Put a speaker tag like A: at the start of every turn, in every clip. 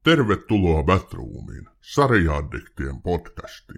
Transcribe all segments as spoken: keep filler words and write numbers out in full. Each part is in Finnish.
A: Tervetuloa Batroomiin, sarja-addiktien podcastiin.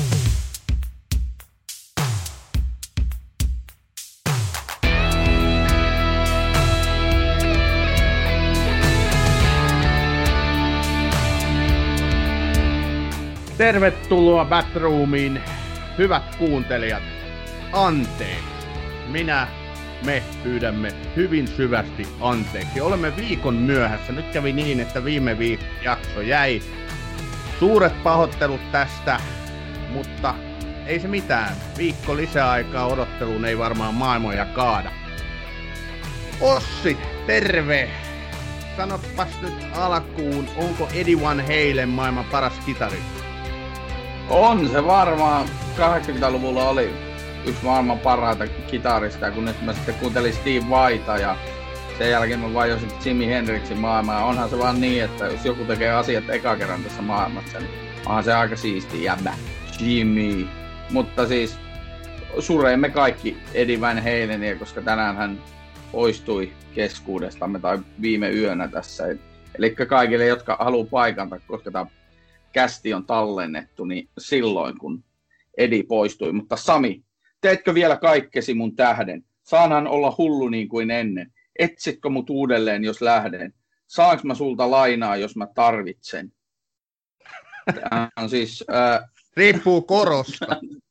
B: Tervetuloa Batroomiin, hyvät kuuntelijat. Anteeksi, minä, me pyydämme hyvin syvästi anteeksi. Olemme viikon myöhässä. Nyt kävi niin, että viime viikon jakso jäi. Suuret pahoittelut tästä, mutta ei se mitään. Viikko lisäaikaa odotteluun ei varmaan maailmoja kaada. Ossi, terve! Sanopas nyt alkuun, onko Eddie Van Halen maailman paras kitaristi?
C: On se varmaan. kahdeksankymmentäluvulla oli yksi maailman parhaita kitaristeja, kun nyt mä sitten kuuntelin Steve Vaita ja sen jälkeen mä vajosin Jimi Hendrixin maailmaa. Onhan se vaan niin, että jos joku tekee asiat eka kerran tässä maailmassa, niin onhan se aika siisti jäbä. Jimmy. Mutta siis sureimme kaikki Eddie Van Halenia, koska tänään hän poistui keskuudestamme tai viime yönä tässä. Eli kaikille, jotka haluaa paikanta, koska tämä kästi on tallennettu, niin silloin kun Eddie poistui. Mutta Sami, teetkö vielä kaikkesi mun tähden? Saanhan olla hullu niin kuin ennen. Etsitkö mut uudelleen, jos lähden? Saanko mä sulta lainaa, jos mä tarvitsen? Tämä on siis... Äh...
B: Riippuu korosta.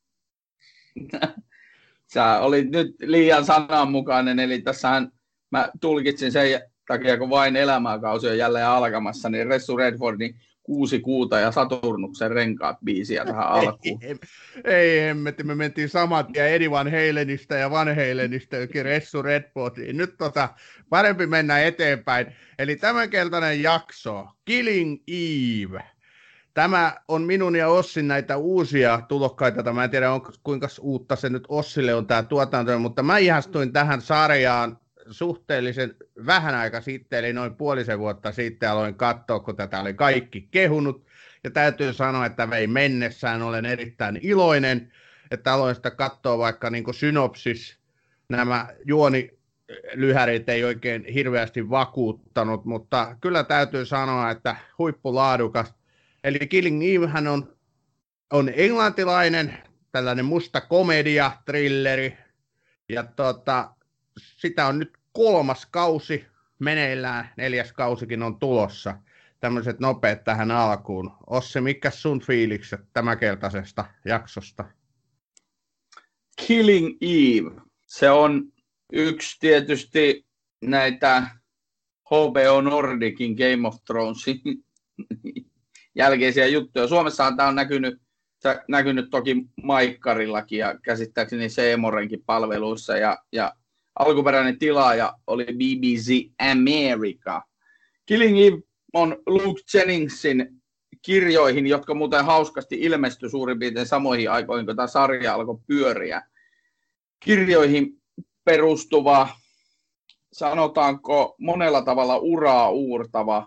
C: Sä olit nyt liian sananmukainen, eli tässähän mä tulkitsin sen takia, kun Vain elämäkausi on jälleen alkamassa, niin Ressu Redfordin Kuusi kuuta ja Saturnuksen renkaat biisiä tähän alkuun.
B: Ei, ei hemmetti, me mentiin saman tien Eddie Van Halenista ja Van Halenista jokin Ressu Redfordiin. Nyt tota, parempi mennä eteenpäin. Eli tämänkertainen jakso, Killing Eve. Tämä on minun ja Ossin näitä uusia tulokkaita. Mä en tiedä, onko, kuinka uutta se nyt Ossille on tämä tuotanto, mutta mä ihastuin tähän sarjaan suhteellisen vähän aika sitten, eli noin puolisen vuotta sitten aloin katsoa, kun tätä oli kaikki kehunut. Ja täytyy sanoa, että vei mennessään olen erittäin iloinen, että aloin sitä katsoa, vaikka niin kuin synopsis, nämä juonilyhärit ei oikein hirveästi vakuuttanut, mutta kyllä täytyy sanoa, että huippulaadukas. Eli Killing Evehän on, on englantilainen, tällainen musta komedia, thrilleri, ja tota, sitä on nyt kolmas kausi meneillään, neljäs kausikin on tulossa. Tämmöiset nopeat tähän alkuun. Ossi, mitkä sun fiilikset tämänkertaisesta jaksosta?
C: Killing Eve. Se on yksi tietysti näitä H B O Nordicin Game of Thronesin jälkeisiä juttuja. Suomessahan tämä on näkynyt, näkynyt toki Maikkarillakin ja käsittääkseni Seemorenkin palveluissa ja, ja alkuperäinen tilaaja oli B B C America. Killing Eve on Luke Jenningsin kirjoihin, jotka muuten hauskasti ilmestyi suurin piirtein samoihin aikoihin, kun tämä sarja alkoi pyöriä. Kirjoihin perustuva, sanotaanko monella tavalla uraa uurtava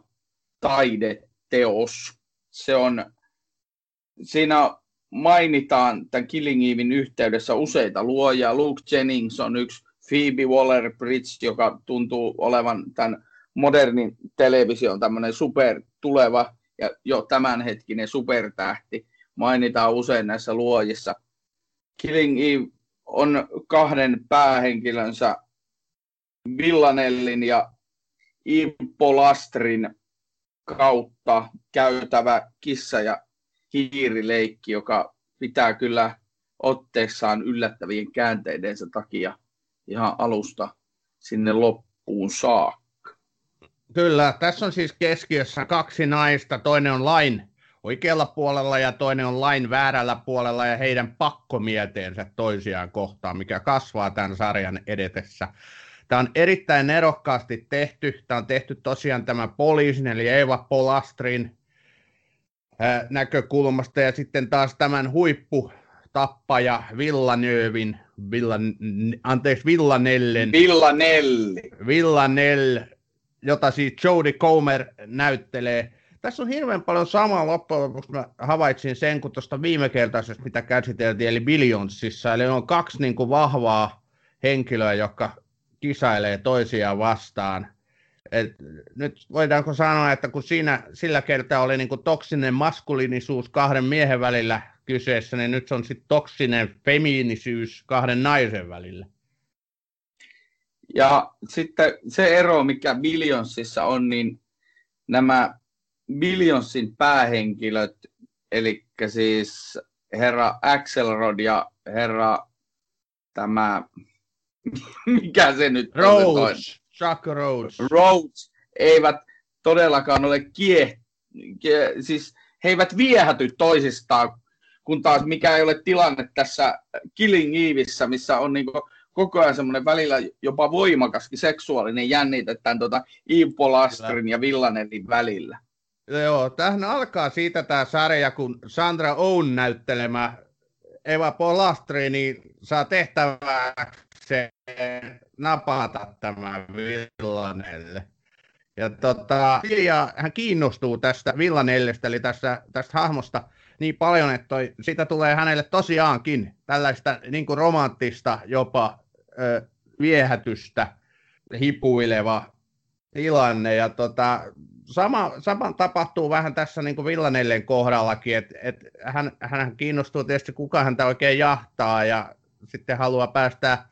C: taideteos. Se on, siinä mainitaan tämän Killing Even yhteydessä useita luojia. Luke Jennings on yksi, Phoebe Waller-Bridge, joka tuntuu olevan tämän modernin television tämmöinen super tuleva ja jo tämänhetkinen supertähti. Mainitaan usein näissä luojissa. Killing Eve on kahden päähenkilönsä Villanellin ja Eve Polastrin kautta käytävä kissa- ja hiirileikki, joka pitää kyllä otteessaan yllättävien käänteidensä takia ihan alusta sinne loppuun saakka.
B: Kyllä, tässä on siis keskiössä kaksi naista. Toinen on lain oikealla puolella ja toinen on lain väärällä puolella ja heidän pakkomieteensä toisiaan kohtaan, mikä kasvaa tämän sarjan edetessä. Tämä on erittäin nerokkaasti tehty. Tämä on tehty tosiaan tämän poliisin eli Eva Polastrin ää, näkökulmasta ja sitten taas tämän huipputappaja Villeneuven, Villan, anteeksi Villanellen,
C: Villanelli.
B: Villanelle, jota siis Jodie Comer näyttelee. Tässä on hirveän paljon samaa loppujen lopuksi. Mä havaitsin sen, kun tuosta viime kertaisesta, mitä käsiteltiin, eli Billionsissa. Eli on kaksi niin kuin vahvaa henkilöä, jotka kisailee toisiaan vastaan. Et nyt voidaanko sanoa, että kun siinä sillä kertaa oli niin kuin toksinen maskuliinisuus kahden miehen välillä kyseessä, niin nyt se on sitten toksinen femiinisyys kahden naisen välillä.
C: Ja sitten se ero, mikä Billionsissa on, niin nämä Billionsin päähenkilöt, eli siis herra Axelrod ja herra tämä, mikä se nyt on?
B: Rhodes, Chuck Rhodes.
C: Rhodes eivät todellakaan ole kie, kie, siis he eivät viehäty toisistaan, kun taas mikä ei ole tilanne tässä Killing Eveissä, missä on niinku koko ajan semmoinen välillä jopa voimakaskin seksuaalinen jännite tämän tuota Eve Polastrin ja Villanellin välillä.
B: Joo, tämähän alkaa siitä tämä sarja, kun Sandra Own näyttelemä Eva Polastri niin saa tehtäväkseen napata tämä Villanelle. Ja tota, ja hän kiinnostuu tästä Villanellestä, eli tästä, tästä hahmosta niin paljon, että toi, siitä tulee hänelle tosiaankin tällaista niin kuin romanttista jopa ö, viehätystä hipuileva tilanne. Ja tota, sama, sama tapahtuu vähän tässä niin kuin Villanellen kohdallakin, että et hän, hän kiinnostuu tietysti kuka häntä oikein jahtaa ja sitten haluaa päästä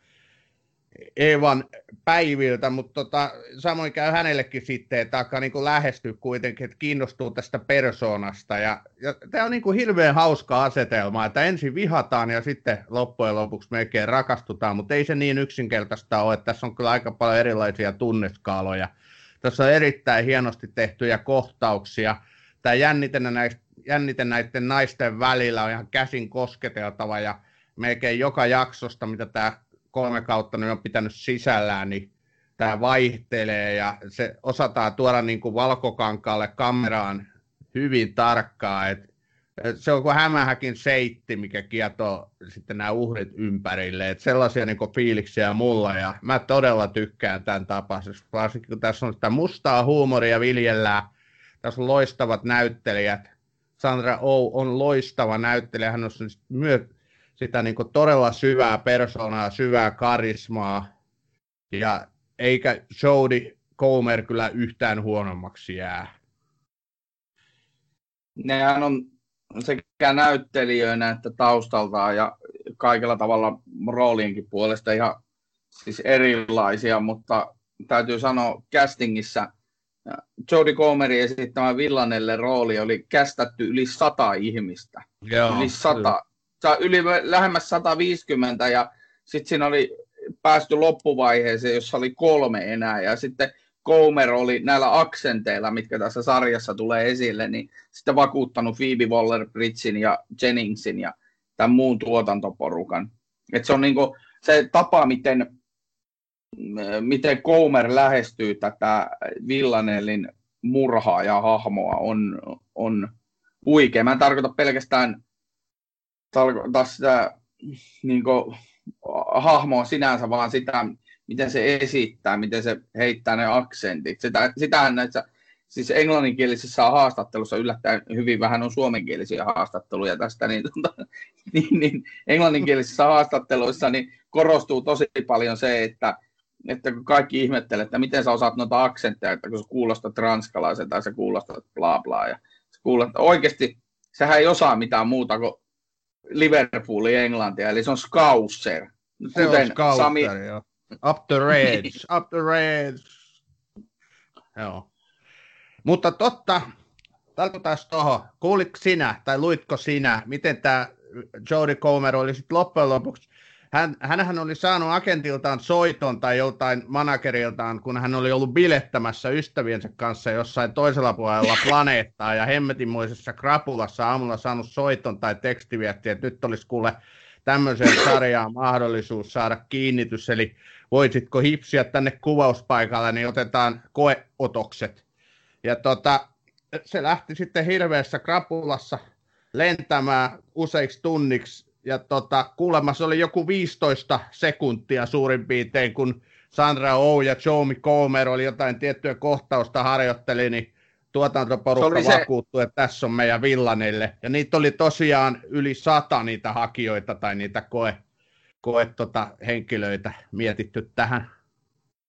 B: Evan päiviltä, mutta tota, samoin käy hänellekin sitten, että alkaa niin kuin lähestyä kuitenkin, että kiinnostuu tästä persoonasta. Ja, ja tämä on niin kuin hirveän hauska asetelma, että ensin vihataan ja sitten loppujen lopuksi melkein rakastutaan, mutta ei se niin yksinkertaista ole, että tässä on kyllä aika paljon erilaisia tunneskaaloja. Tässä on erittäin hienosti tehtyjä kohtauksia. Tämä jännite, näistä, jännite näiden naisten välillä on ihan käsin kosketeltava ja melkein joka jaksosta, mitä tämä kolme kautta nyt on pitänyt sisällään, niin tämä vaihtelee ja se osataan tuoda niin kuin valkokankaalle kameraan hyvin tarkkaan. Et, et se on kuin hämähäkin seitti, mikä kietoo sitten nämä uhrit ympärille. Et sellaisia niin kuin fiiliksiä mulla ja mä todella tykkään tämän tapaisesta, varsinkin kun tässä on sitä mustaa huumoria viljellään. Tässä on loistavat näyttelijät. Sandra Oh on loistava näyttelijä, hän on myös sitä niin kuin todella syvää persoonaa, syvää karismaa, ja eikä Jodie Comer kyllä yhtään huonommaksi jää.
C: Nehän on sekä näyttelijöinä että taustaltaan ja kaikella tavalla roolienkin puolesta ihan siis erilaisia, mutta täytyy sanoa castingissa Jodie Comerin esittämä Villanelle rooli oli kästetty yli sata ihmistä.
B: Joo,
C: yli sata. Yli lähemmäs sata viisikymmentä ja sitten siinä oli päästy loppuvaiheeseen, jossa oli kolme enää ja sitten Comer oli näillä aksenteilla, mitkä tässä sarjassa tulee esille, niin sitten vakuuttanut Phoebe Waller-Bridgein ja Jenningsin ja tämän muun tuotantoporukan. Et se on niinku se tapa, miten, miten Comer lähestyy tätä Villanellin murhaa ja hahmoa on, on huikea. Mä en tarkoita pelkästään tarkoittaa sitä niin kuin, hahmoa sinänsä, vaan sitä, miten se esittää, miten se heittää ne aksentit. Sitä, sitähän näissä, siis englanninkielisissä haastattelussa yllättäen hyvin vähän on suomenkielisiä haastatteluja tästä, niin, niin, niin englanninkielisissä haastatteluissa niin korostuu tosi paljon se, että, että kun kaikki ihmettelee, että miten sä osaat noita aksentteja, että kun sä kuulostat ranskalaisen tai sä kuulostat bla bla, ja sä kuulostat, oikeasti sehän ei osaa mitään muuta kuin Liverpoolin englantia, eli se on Scouser.
B: Se on Scouser, Sami... joo. Up the Reds, up the Reds. Joo. Mutta totta, tarkoitaan tuohon, kuulitko sinä tai luitko sinä, miten tämä Jodie Comer oli sitten loppujen lopuksi, hän, hänhän oli saanut agentiltaan soiton tai joltain manageriltaan, kun hän oli ollut bilettämässä ystäviensä kanssa jossain toisella puolella planeettaa ja hemmetinmoisessa krapulassa aamulla saanut soiton tai tekstiviesti, että nyt olisi kuule tämmöiseen sarjaan mahdollisuus saada kiinnitys, eli voisitko hipsiä tänne kuvauspaikalle, niin otetaan koeotokset. Ja tota, se lähti sitten hirveässä krapulassa lentämään useiksi tunniksi, ja tota, kuulemma se oli joku viisitoista sekuntia suurin piirtein, kun Sandra Oh ja Jodie Comer oli jotain tiettyä kohtausta harjoitteli, niin tuotantoporukka vakuuttui, että tässä on meidän Villanelle. Ja niitä oli tosiaan yli sata niitä hakijoita tai niitä koe, koe tota, henkilöitä mietitty tähän.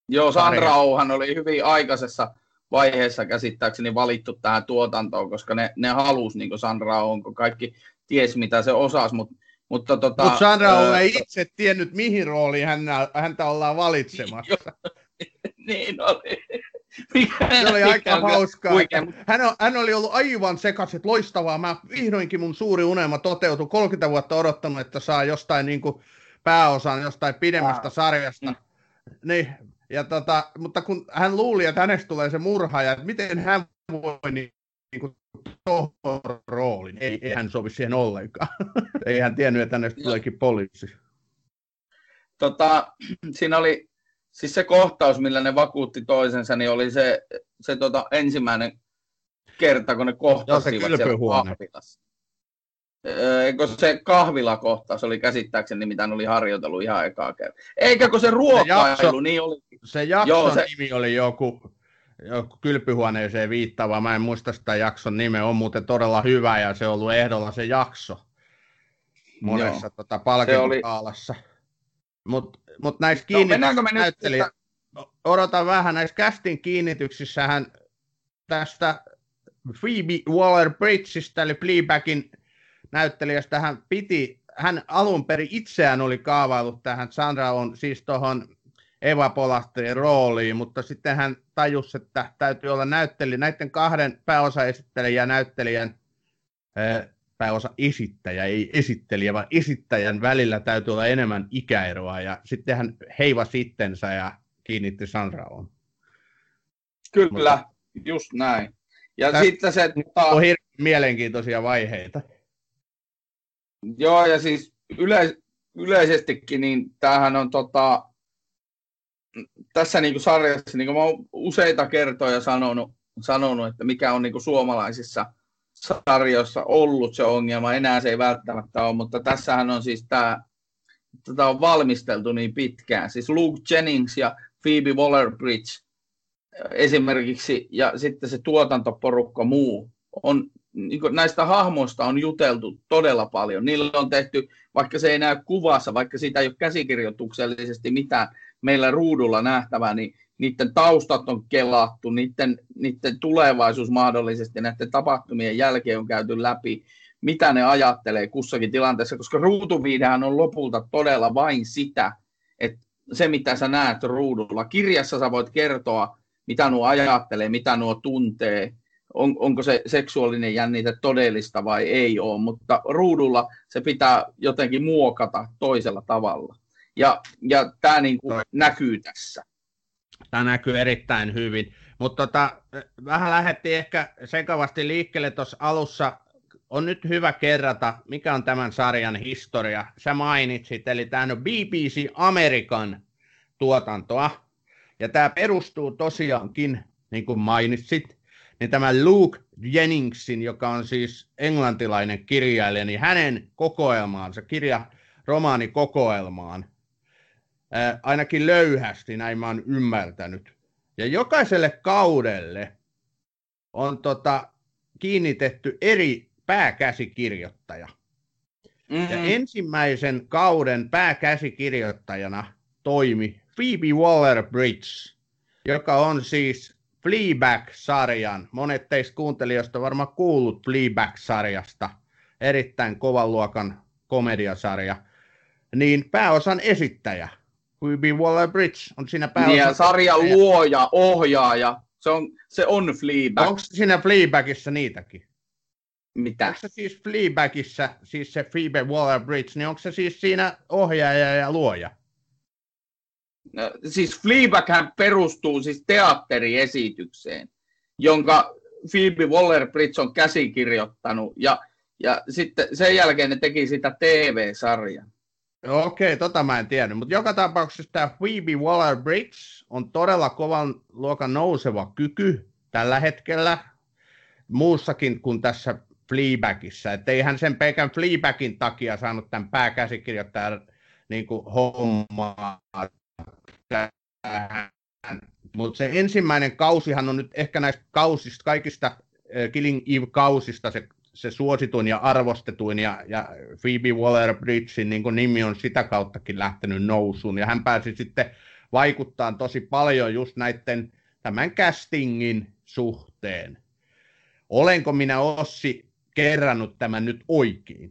C: Joo, Sandra Ouhan oli hyvin aikaisessa vaiheessa käsittääkseni valittu tähän tuotantoon, koska ne, ne halusi niin kuin Sandra Oun, kun kaikki ties mitä se osasi, mutta Mutta tota,
B: Mut Sandra Oun ei itse tiennyt, mihin rooliin häntä, häntä ollaan valitsemassa.
C: Niin oli.
B: Se oli aika hauskaa. Hän, on, hän oli ollut aivan sekaisin, että loistavaa. Mä vihdoinkin mun suuri unelma toteutui. kolmekymmentä vuotta odottanut, että saa jostain niin kuin pääosan jostain pidemmästä sarjasta. Mm. Niin, ja tota, mutta kun hän luuli, että hänestä tulee se murhaaja, että miten hän voi niin, niin kuin tuohon roolin. Ei, ei hän sovi siihen ollenkaan. Ei hän tiennyt, että hänestä tuleekin poliisi.
C: Tota, siinä oli siis se kohtaus, millä ne vakuutti toisensa, niin oli se, se tota, ensimmäinen kerta, kun ne kohtasivat siellä kahvilassa. Eikö se kahvilakohtaus oli käsittääkseni, mitä ne oli harjoitellut ihan ekaa kertaa. Eikä kun se ruokailu, se jakso, niin oli.
B: Se jakson Joo, se... nimi oli joku, joku kylpyhuoneeseen viittaava, mä en muista sitä jakson nimeä, on muuten todella hyvä ja se on ollut ehdolla se jakso monessa tota, palkintokaalassa. Oli... Mutta mut näissä kiinnityksissä, odotan vähän, näissä casting kiinnityksissähän tästä Phoebe Waller-Bridgestä, eli Fleabagin näyttelijästä, hän piti, hän alun perin itseään oli kaavaillut tähän Sandra on siis tuohon Eva Polastrin rooliin, mutta sitten hän tajusi, että täytyy olla näyttelijä, näiden kahden pääosaesittelijän ja näyttelijän pääosa esittäjä, ei esittelijä, vaan esittäjän välillä täytyy olla enemmän ikäeroa, ja sitten hän heivasi itsensä ja kiinnitti Sandraon.
C: Kyllä, mutta, just näin. Ja Täs, sitten se...
B: On hirveän mielenkiintoisia vaiheita.
C: Joo, ja siis yleis, yleisestikin, niin tämähän on tota... Tässä niin kuin sarjassa, niin kuin mä oon useita kertoja sanonut, sanonut että mikä on niin kuin suomalaisissa sarjoissa ollut se ongelma, enää se ei välttämättä ole, mutta tässähän on siis tämä, tätä on valmisteltu niin pitkään, siis Luke Jennings ja Phoebe Waller-Bridge esimerkiksi, ja sitten se tuotantoporukka muu, on, niin näistä hahmoista on juteltu todella paljon, niillä on tehty, vaikka se ei näy kuvassa, vaikka siitä ei ole käsikirjoituksellisesti mitään meillä ruudulla nähtävää, niin niiden taustat on kelattu, niiden, niiden tulevaisuus mahdollisesti näiden tapahtumien jälkeen on käyty läpi, mitä ne ajattelee kussakin tilanteessa, koska ruutuviidehän on lopulta todella vain sitä, että se mitä sä näet ruudulla. Kirjassa sä voit kertoa, mitä nuo ajattelee, mitä nuo tuntee, on, onko se seksuaalinen jännite todellista vai ei ole, mutta ruudulla se pitää jotenkin muokata toisella tavalla. Ja, ja tämä niin kuin näkyy tässä.
B: Tämä näkyy erittäin hyvin, mutta tota, vähän lähdettiin ehkä sekavasti liikkeelle tuossa alussa. On nyt hyvä kerrata, mikä on tämän sarjan historia. Sä mainitsit, eli tämä on B B C Amerikan tuotantoa. Ja tämä perustuu tosiaankin, niin kuin mainitsit, niin tämä Luke Jenningsin, joka on siis englantilainen kirjailija, niin hänen kokoelmaansa, kirja, romaanikokoelmaan, ää, ainakin löyhästi, näin mä oon ymmärtänyt. Ja jokaiselle kaudelle on tota, kiinnitetty eri pääkäsikirjoittaja. Mm-hmm. Ja ensimmäisen kauden pääkäsikirjoittajana toimi Phoebe Waller-Bridge, joka on siis Fleabag-sarjan, monet teistä kuuntelijoista varmaan kuullut Fleabag-sarjasta, erittäin kovan luokan komediasarja, niin pääosan esittäjä. Phoebe Waller-Bridge on siinä pääosan
C: niin, ja sarjan luoja, ohjaaja, se on, se on Fleabag.
B: Onko siinä Fleabagissa niitäkin?
C: Mitä?
B: Onko se siis Fleabagissa, siis se Phoebe Waller-Bridge, niin onko se siis siinä ohjaaja ja luoja?
C: No, siis Fleabaghän perustuu siis teatteriesitykseen, jonka Phoebe Waller-Bridge on käsikirjoittanut, ja, ja sitten sen jälkeen ne teki sitä T V-sarjan.
B: Okei, tota mä en tiennyt, mutta joka tapauksessa tämä Phoebe Waller-Bridge on todella kovan luokan nouseva kyky tällä hetkellä, muussakin kuin tässä Fleabagissa, että ei hän sen pelkän Fleabagin takia saanut tämän pääkäsikirjoittajan niin kuin hommaa. Mutta se ensimmäinen kausihan on nyt ehkä näistä kausista, kaikista äh, Killing Eve-kausista se, se suosituin ja arvostetuin, ja, ja Phoebe Waller-Bridgein niin nimi on sitä kauttakin lähtenyt nousuun, ja hän pääsi sitten vaikuttaa tosi paljon just näiden tämän castingin suhteen. Olenko minä, Ossi, kerrannut tämän nyt oikein?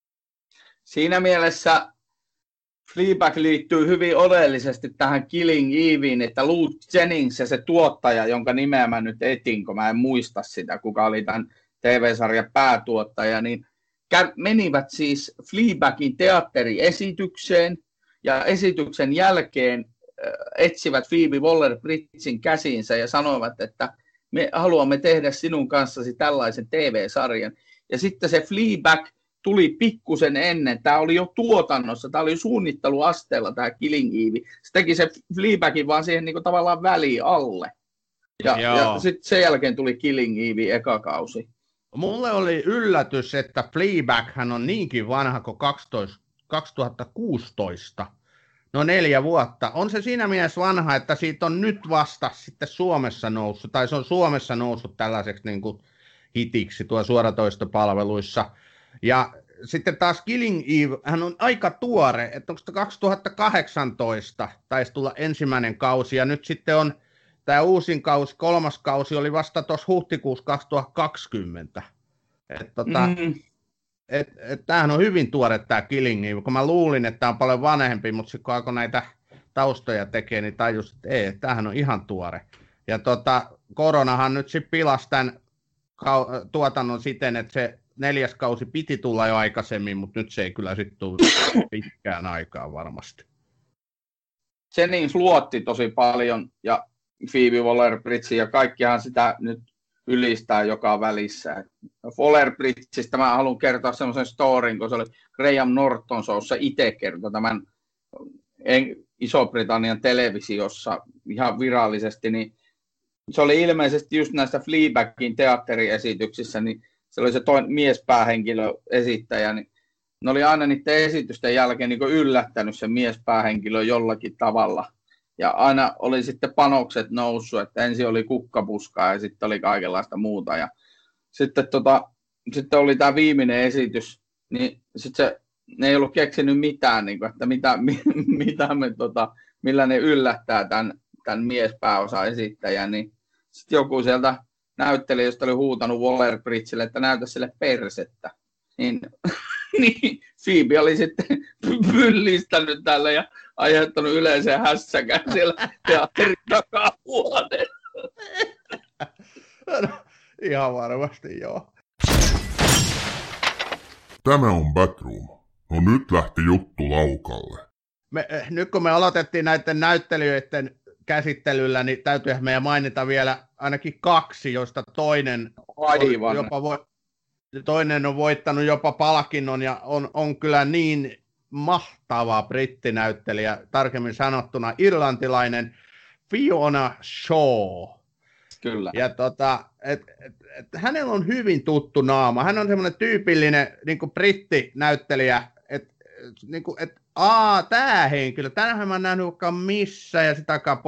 C: Siinä mielessä Fleabag liittyy hyvin oleellisesti tähän Killing Eveen, että Luke Jennings ja se tuottaja, jonka nimeä mä nyt etin, kun mä en muista sitä, kuka oli tämän T V-sarjan päätuottaja, niin menivät siis Fleabagin teatteriesitykseen ja esityksen jälkeen etsivät Phoebe Waller-Bridgein käsiinsä ja sanoivat, että me haluamme tehdä sinun kanssasi tällaisen T V-sarjan. Ja sitten se Fleabag tuli pikkusen ennen, tämä oli jo tuotannossa, tämä oli suunnitteluasteella tämä Killing Eve. Se teki se Fleabagin vaan siihen niin kuin tavallaan väliin alle. Ja, ja sitten sen jälkeen tuli Killing Eve eka kausi.
B: Mulle oli yllätys, että Fleabag hän on niinkin vanha kuin kaksituhattakuusitoista. No neljä vuotta. On se siinä mielessä vanha, että siitä on nyt vasta sitten Suomessa noussut, tai se on Suomessa noussut tällaiseksi niin kuin hitiksi tuo suoratoistopalveluissa. Ja sitten taas Killing Eve, hän on aika tuore, että onko se kaksituhattakahdeksantoista taisi tulla ensimmäinen kausi, ja nyt sitten on tämä uusin kausi, kolmas kausi oli vasta tuossa huhtikuussa kaksituhattakaksikymmentä. Että tota, mm. et, et, tämähän on hyvin tuore tämä Killing Eve, kun mä luulin, että tämä on paljon vanhempi, mutta sitten kun alkoi näitä taustoja tekee, niin tajus, että ei, tämähän on ihan tuore. Ja tota, koronahan nyt sitten pilasi tämän kau- tuotannon siten, että se neljäs kausi piti tulla jo aikaisemmin, mutta nyt se ei kyllä sitten tule pitkään aikaan varmasti.
C: Jennings luotti tosi paljon ja Phoebe Waller-Bridge ja kaikkihan sitä nyt ylistää joka välissä. Waller-Bridgeistä mä haluan kertoa semmoisen storin, kun se oli Graham Norton Showssa itse kertoi tämän Iso-Britannian televisiossa ihan virallisesti, niin se oli ilmeisesti just näistä Fleabagin teatteriesityksissä, niin se oli se toinen miespäähenkilö esittäjä, niin ne oli aina niiden esitysten jälkeen niin yllättänyt se miespäähenkilö jollakin tavalla. Ja aina oli sitten panokset noussut, että ensin oli kukkapuskaa ja sitten oli kaikenlaista muuta. Ja sitten, tota, sitten oli tämä viimeinen esitys, niin sitten se, ne ei ollut keksinyt mitään, niin kuin, että mitä, mitä me, tota, millä ne yllättää tämän, tämän miespääosa esittäjän. Niin sitten joku sieltä näyttelijästä oli huutanut Waller-Bridgelle, että näytä sille persettä. Niin, niin Phoebe oli sitten pyllistänyt tälle ja aiheuttanut yleisen hässäkään siellä teatterin takahuoneessa.
B: No, ihan varmasti joo.
A: Tämä on Batroom. No nyt lähti juttu laukalle.
B: Me, nyt kun me aloitettiin näiden näyttelijöiden käsittelyllä, niin täytyyhän meidän mainita vielä ainakin kaksi, joista toinen,
C: Aivan.
B: jopa vo, toinen on voittanut jopa palkinnon ja on, on kyllä niin mahtava brittinäyttelijä, tarkemmin sanottuna irlantilainen Fiona Shaw.
C: Kyllä.
B: Ja tota, et, et, et, hänellä on hyvin tuttu naama. Hän on semmoinen tyypillinen niin kuin brittinäyttelijä, että niin kuin, et, aa, tämä henkilö, tänähän mä oon nähnyt vaikka missä ja sitä aikaa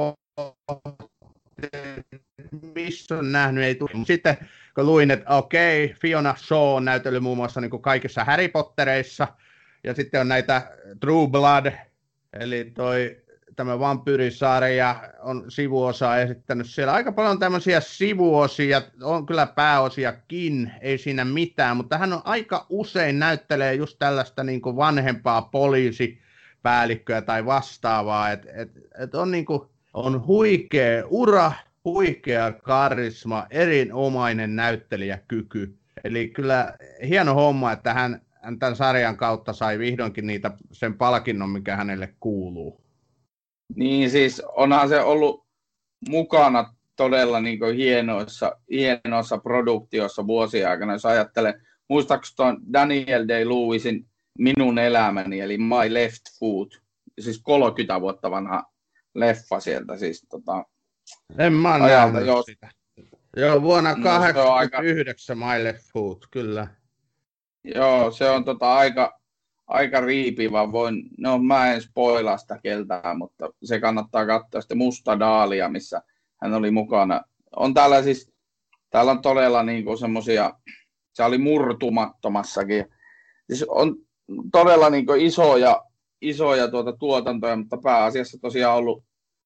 B: missä on nähnyt, ei tule. Sitten kun luin, että okei, okay, Fiona Shaw on näytellyt muun muassa niin kuin kaikissa Harry Pottereissa, ja sitten on näitä True Blood, eli toi tämä vampyyrisarja on sivuosaa esittänyt siellä. Aika paljon tämmöisiä sivuosia, on kyllä pääosiakin, ei siinä mitään, mutta hän on aika usein näyttelee just tällaista niin kuin vanhempaa poliisipäällikköä tai vastaavaa, että et, et on, niin kuin, on huikea ura, huikea karisma, erinomainen näyttelijäkyky. Eli kyllä hieno homma, että hän, hän tämän sarjan kautta sai vihdoinkin niitä, sen palkinnon, mikä hänelle kuuluu.
C: Niin siis onhan se ollut mukana todella niin kuin hienoissa, hienoissa produktioissa vuosien aikana, jos ajattelee. Muistaako tuon Daniel Day-Lewisin Minun elämäni, eli My Left Foot, siis kolmekymmentä vuotta vanha leffa sieltä. Siis, tota,
B: en mä ole nähnyt jos... sitä. Joo, vuonna no, kahdeksankymmentäyhdeksän aika... My Left Foot, kyllä.
C: Joo, se on tota aika... aika riipivä, voin, no mä en spoilaa sitä keltään, mutta se kannattaa katsoa. Sitten Musta Daalia, missä hän oli mukana. On täällä siis, täällä on todella niinku semmosia, se oli Murtumattomassakin. Siis on todella niinku isoja, isoja tuota tuotantoja, mutta pääasiassa tosiaan ollut,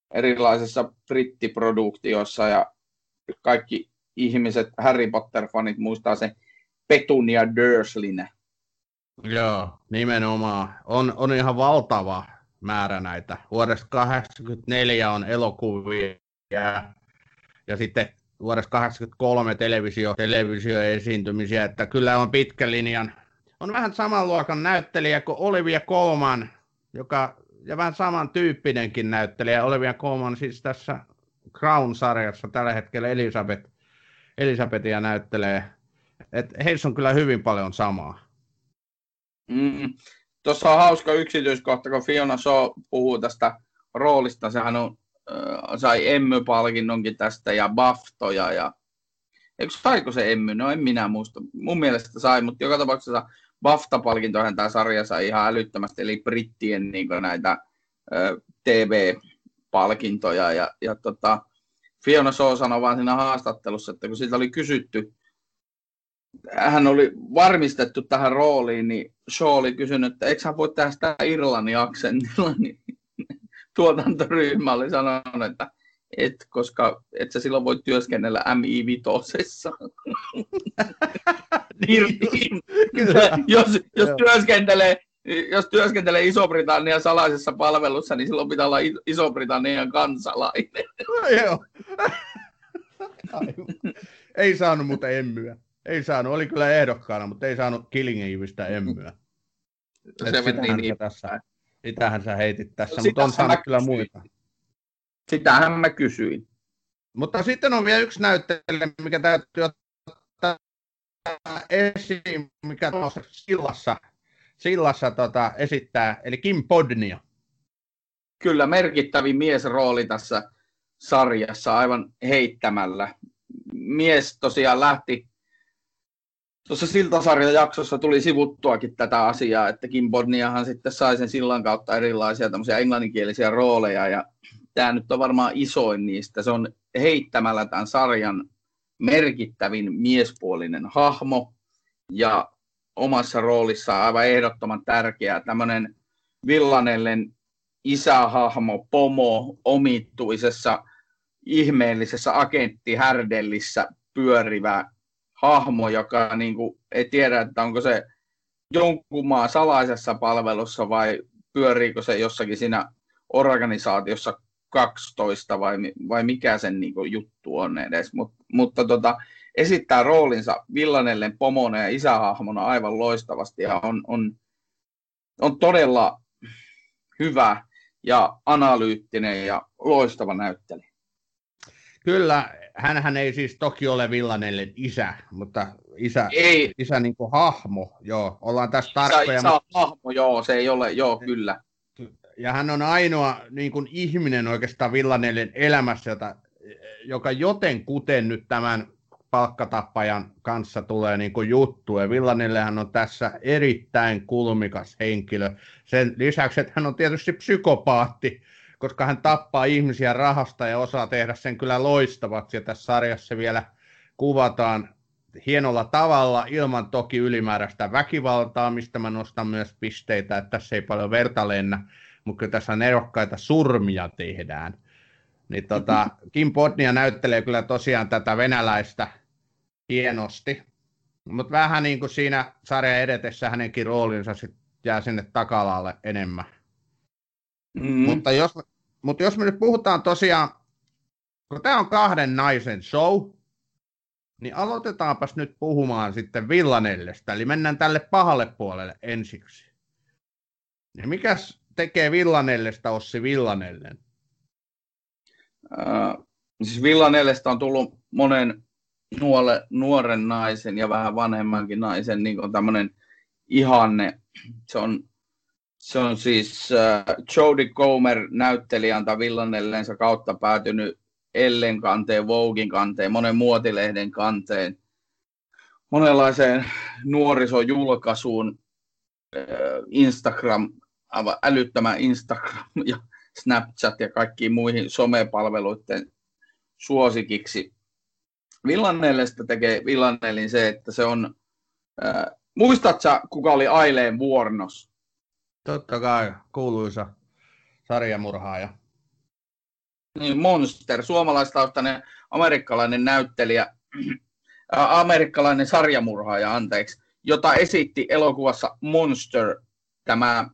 C: erilaisissa brittiproduktioissa ja kaikki ihmiset, Harry Potter-fanit muistaa se Petunia Dursleyn.
B: Joo, nimenomaan. On, on ihan valtava määrä näitä. Vuodesta kahdeksankymmentäneljä on elokuvia ja, ja sitten vuodesta kahdeksankymmentäkolme televisio, televisioesiintymisiä, että kyllä on pitkä linjan. On vähän saman luokan näyttelijä kuin Olivia Colman, joka, ja vähän samantyyppinenkin näyttelijä. Olivia Colman siis tässä Crown-sarjassa tällä hetkellä Elisabeth, Elisabetia näyttelee. Et heissä on kyllä hyvin paljon samaa.
C: Mm. Tuossa on hauska yksityiskohta, kun Fiona Shaw puhuu tästä roolista. Sehän on, äh, sai Emmy-palkinnonkin tästä ja BAFToja. Ja... Eikö saiko se Emmy? No en minä muista. Mun mielestä sai, mutta joka tapauksessa BAFTA-palkintohan tämä sarja sai ihan älyttömästi. Eli brittien niin näitä äh, T V-palkintoja. Ja, ja tota, Fiona Shaw sanoi vaan siinä haastattelussa, että kun siitä oli kysytty, hän oli varmistettu tähän rooliin, niin Shaw oli kysynyt, että eikö hän voi tehdä sitä Irlannin aksentilla, niin tuotantoryhmä oli sanonut, että et, koska et sä silloin voi työskennellä M I viisi. niin, jos, jos, työskentelee, jos työskentelee Iso-Britannian salaisessa palvelussa, niin silloin pitää olla Iso-Britannian kansalainen.
B: No, joo. Ei saanut muuta emmyä. Ei saanut, oli kyllä ehdokkaana, mutta ei saanut Killing Evistä emmyä.
C: Se meni niin.
B: Tässä, sitähän sä heitit tässä,
C: no,
B: mutta on saanut kyllä muita.
C: Sitähän mä kysyin.
B: Mutta sitten on vielä yksi näyttelijä, mikä täytyy ottaa esiin, mikä tuossa sillassa, sillassa tota, esittää, eli Kim Bodnia.
C: Kyllä, merkittävin miesrooli tässä sarjassa aivan heittämällä. Mies tosiaan lähti, tuossa Siltasarjan jaksossa tuli sivuttuakin tätä asiaa, että Kim Bodniahan sitten sai sen sillan kautta erilaisia tämmöisiä englanninkielisiä rooleja, ja tämä nyt on varmaan isoin niistä. Se on heittämällä tämän sarjan merkittävin miespuolinen hahmo, ja omassa roolissaan aivan ehdottoman tärkeä tämmöinen Villanellen isähahmo, pomo, omituisessa ihmeellisessä agenttihärdellissä pyörivä hahmo, joka niin kuin, ei tiedä, että onko se jonkun maan salaisessa palvelussa vai pyöriikö se jossakin siinä organisaatiossa kaksitoista vai, vai mikä sen niin kuin, juttu on edes. Mut, mutta tota, esittää roolinsa Villanellen pomona ja isähahmona aivan loistavasti ja on, on, on todella hyvä ja analyyttinen ja loistava näyttelijä.
B: Kyllä, hänhän ei siis toki ole Villanellen isä, mutta isä,
C: ei.
B: isä niin kuin hahmo, joo, ollaan tässä
C: Isä,
B: tarkkoja.
C: isä hahmo, joo, se ei ole, joo, kyllä.
B: Ja hän on ainoa niin kuin ihminen oikeastaan Villanellen elämässä, jota, joka jotenkuten nyt tämän palkkatappajan kanssa tulee niin kuin juttu. Ja Villanellehan on tässä erittäin kulmikas henkilö. Sen lisäksi, että hän on tietysti psykopaatti, koska hän tappaa ihmisiä rahasta ja osaa tehdä sen kyllä loistavaksi. Ja tässä sarjassa vielä kuvataan hienolla tavalla, ilman toki ylimääräistä väkivaltaa, mistä mä nostan myös pisteitä, että tässä ei paljon verta lennä, mutta kyllä tässä nerokkaita surmia tehdään. Niin tota, Kim Bodnia näyttelee kyllä tosiaan tätä venäläistä hienosti, mutta vähän niin kuin siinä sarjan edetessä hänenkin roolinsa sit jää sinne taka-alalle enemmän. Mm. Mutta, jos, mutta jos me nyt puhutaan tosiaan, kun tämä on kahden naisen show, niin aloitetaanpas nyt puhumaan sitten Villanellesta, eli mennään tälle pahalle puolelle ensiksi. Ja mikäs tekee Villanellesta Ossi Villanellen?
C: Äh, siis Villanellesta on tullut monen nuole, nuoren naisen ja vähän vanhemmankin naisen niin kuin tämmöinen ihanne. Se on, se on siis äh, Jodie Comer näyttelijän tai Villanellensa kautta päätynyt Ellen kanteen, Voguein kanteen, monen muotilehden kanteen, monenlaiseen nuorisojulkaisuun, Instagram, älyttömän Instagram ja Snapchat ja kaikkiin muihin somepalveluiden suosikiksi. Villanellesta tekee Villanellin se, että se on, äh, muistatko sä, kuka oli Aileen Vuornos?
B: Totta kai, kuuluisa sarjamurhaaja.
C: Niin, Monster, suomalaistaustainen amerikkalainen näyttelijä, äh, amerikkalainen sarjamurhaaja, anteeksi, jota esitti elokuvassa Monster tämä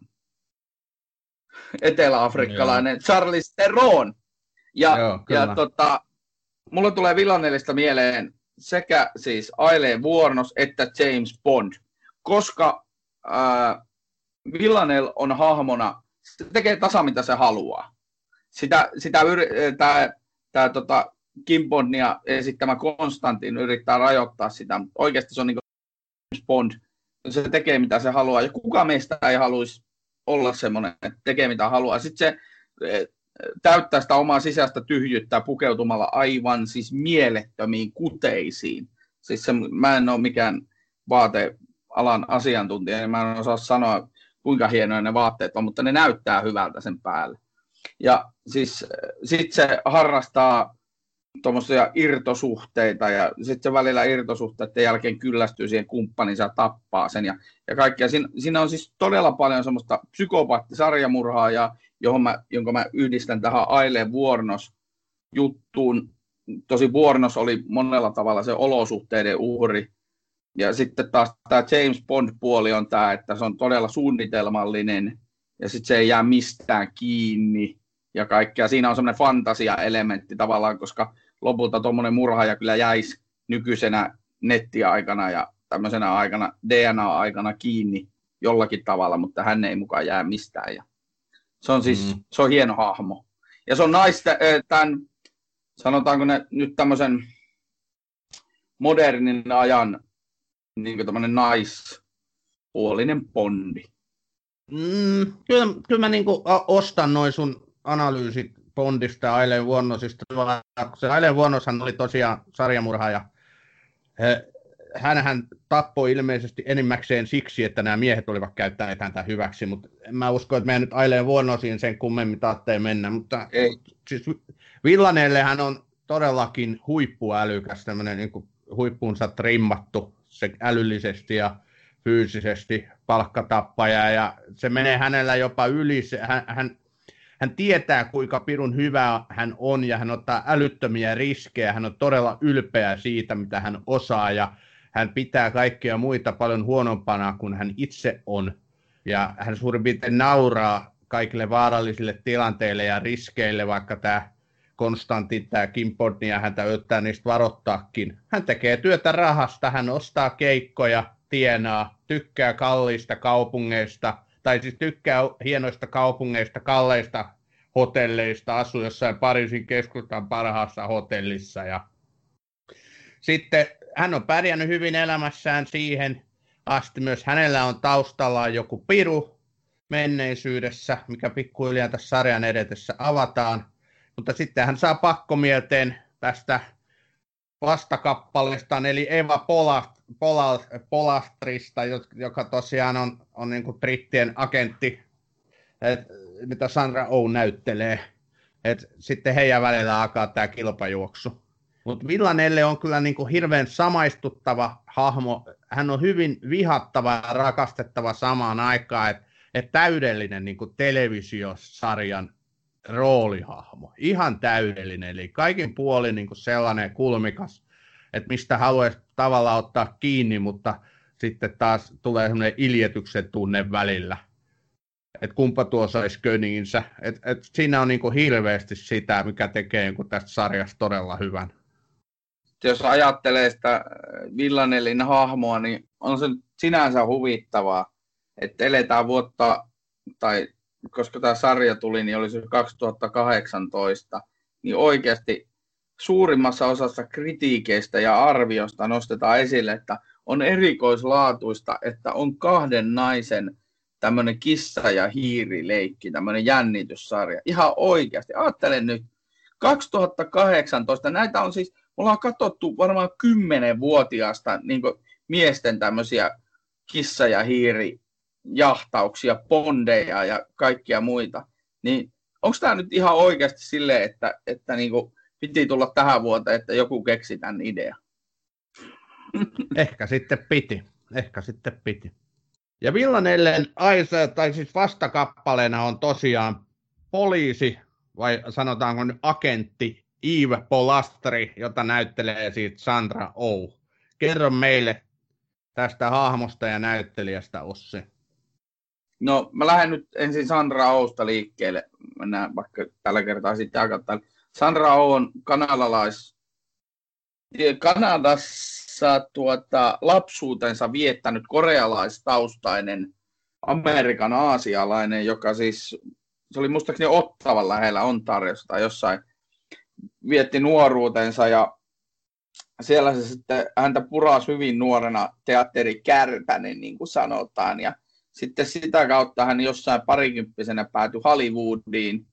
C: eteläafrikkalainen Joo. Charlize Theron. Ja, Joo, ja tota, mulla tulee Villanellista mieleen sekä siis Aileen Vuornos että James Bond, koska äh, Villanelle on hahmona, se tekee tasa mitä se haluaa. Sitä, sitä tämä, tämä tota, Kim Bondia esittämä Konstantin yrittää rajoittaa sitä, mutta oikeasti se on niin kuin James Bond, se tekee mitä se haluaa, ja kuka meistä ei haluaisi olla semmoinen, että tekee mitä haluaa. Sitten se täyttää sitä omaa sisäistä tyhjyyttä pukeutumalla aivan siis mielettömiin kuteisiin. Siis se, mä en ole mikään vaatealan asiantuntija, niin mä en osaa sanoa, kuinka hienoja ne vaatteet on, mutta ne näyttää hyvältä sen päälle. Ja siis sitten se harrastaa tuommoisia irtosuhteita, ja sitten se välillä irtosuhteiden jälkeen kyllästyy siihen kumppaninsa ja tappaa sen. Ja, ja kaikkea. Siinä, siinä on siis todella paljon semmoista psykopaattisarjamurhaajaa, johon mä, jonka mä yhdistän tähän Aileen Vuornos juttuun. Tosi Vuornos oli monella tavalla se olosuhteiden uhri. Ja sitten taas tämä James Bond-puoli on tämä, että se on todella suunnitelmallinen, ja sitten se ei jää mistään kiinni ja kaikkea. Siinä on semmoinen fantasia-elementti tavallaan, koska lopulta tuommoinen murhaaja kyllä jäisi nykyisenä nettiaikana ja tämmöisenä aikana, D N A-aikana kiinni jollakin tavalla, mutta hän ei mukaan jää mistään. Ja se on siis, mm. se on hieno hahmo. Ja se on naista, tämän, sanotaanko ne nyt tämmöisen modernin ajan niin kuin tämmöinen naispuolinen Bondi.
B: Mm, kyllä, kyllä mä niin kuin ostan noin sun analyysit Bondista ja Aileen Vuornosista. Se Aileen Vuornoshan oli tosiaan sarjamurhaaja. Hänhän tappoi ilmeisesti enimmäkseen siksi, että nämä miehet olivat käyttäneet häntä hyväksi, mutta en mä usko, että meidän nyt Aileen Vuornosiin sen kummemmin taattee mennä. Mutta ei. Siis Villanelle hän on todellakin huippuälykäs, tämmöinen niin kuin huippuunsa trimmattu se älyllisesti ja fyysisesti palkkatappaja, ja se menee hänellä jopa yli. Se, hän, hän, hän tietää, kuinka pirun hyvä hän on, ja hän ottaa älyttömiä riskejä. Hän on todella ylpeä siitä, mitä hän osaa, ja hän pitää kaikkia muita paljon huonompana kuin hän itse on. Ja hän suurin piirtein nauraa kaikille vaarallisille tilanteille ja riskeille, vaikka tämä Konstantin, tämä Kim Bodnia, häntä yrittää niistä varoittaakin. Hän tekee työtä rahasta, hän ostaa keikkoja, tienaa, tykkää kalliista kaupungeista, tai siis tykkää hienoista kaupungeista, kalleista hotelleista, asuu jossain Pariisin keskustan parhaassa hotellissa. Ja sitten hän on pärjännyt hyvin elämässään siihen asti. Myös hänellä on taustallaan joku piru menneisyydessä, mikä pikkuhiljaa tässä sarjan edetessä avataan. Mutta sitten hän saa pakkomielteen tästä vastakappaleestaan, eli Eva Polast, Polast, Polastrista, joka tosiaan on, on niin kuin brittien agentti, et, mitä Sandra Oh näyttelee. Et sitten heidän välillä alkaa tämä kilpajuoksu. Mutta Villanelle on kyllä niin kuin hirveän samaistuttava hahmo. Hän on hyvin vihattava ja rakastettava samaan aikaan, että et täydellinen niin kuin televisiosarjan roolihahmo. Ihan täydellinen, eli kaikin puolin niin kuin sellainen kulmikas, että mistä haluaisi tavallaan ottaa kiinni, mutta sitten taas tulee semmoinen iljetyksen tunne välillä, että kumpa tuo saisi köniinsä. Et, et siinä on niin kuin hirveästi sitä, mikä tekee niin kuin tästä sarjasta todella hyvän.
C: Jos ajattelee sitä Villanellin hahmoa, niin on se sinänsä huvittavaa, että eletään vuotta, tai koska tämä sarja tuli, niin oli se kaksituhattakahdeksantoista, niin oikeasti suurimmassa osassa kritiikeistä ja arviosta nostetaan esille, että on erikoislaatuista, että on kahden naisen tämmöinen kissa- ja hiirileikki, tämmöinen jännityssarja. Ihan oikeasti. Ajattelen nyt, kaksituhattakahdeksantoista, näitä on siis, me ollaan katsottu varmaan kymmenvuotiaasta niin kuin miesten tämmöisiä kissa- ja hiirijahtauksia, bondeja ja kaikkia muita. Niin onko tämä nyt ihan oikeasti silleen, että, että niin kuin piti tulla tähän vuoteen, että joku keksi tämän idean?
B: Ehkä sitten piti. Ehkä sitten piti. Ja Villanellen Aisa, tai siis vastakappaleena on tosiaan poliisi, vai sanotaanko nyt agentti Yves Polastri, jota näyttelee siitä Sandra Oh. Kerro meille tästä hahmosta ja näyttelijästä, Ossi.
C: No, mä lähden nyt ensin Sandra Ohsta liikkeelle. Mennään vaikka tällä kertaa sitten aika. Sandra Oh on kanadalais... Kanadassa tuota, lapsuutensa viettänyt korealaistaustainen Amerikan aasialainen, joka siis, se oli muistaakseni Ottavan lähellä Ontariossa tai jossain, vietti nuoruutensa ja siellä se sitten häntä purasi hyvin nuorena teatterikärpänen, niin kuin sanotaan, ja sitten sitä kautta hän jossain parikymppisenä päätyi Hollywoodiin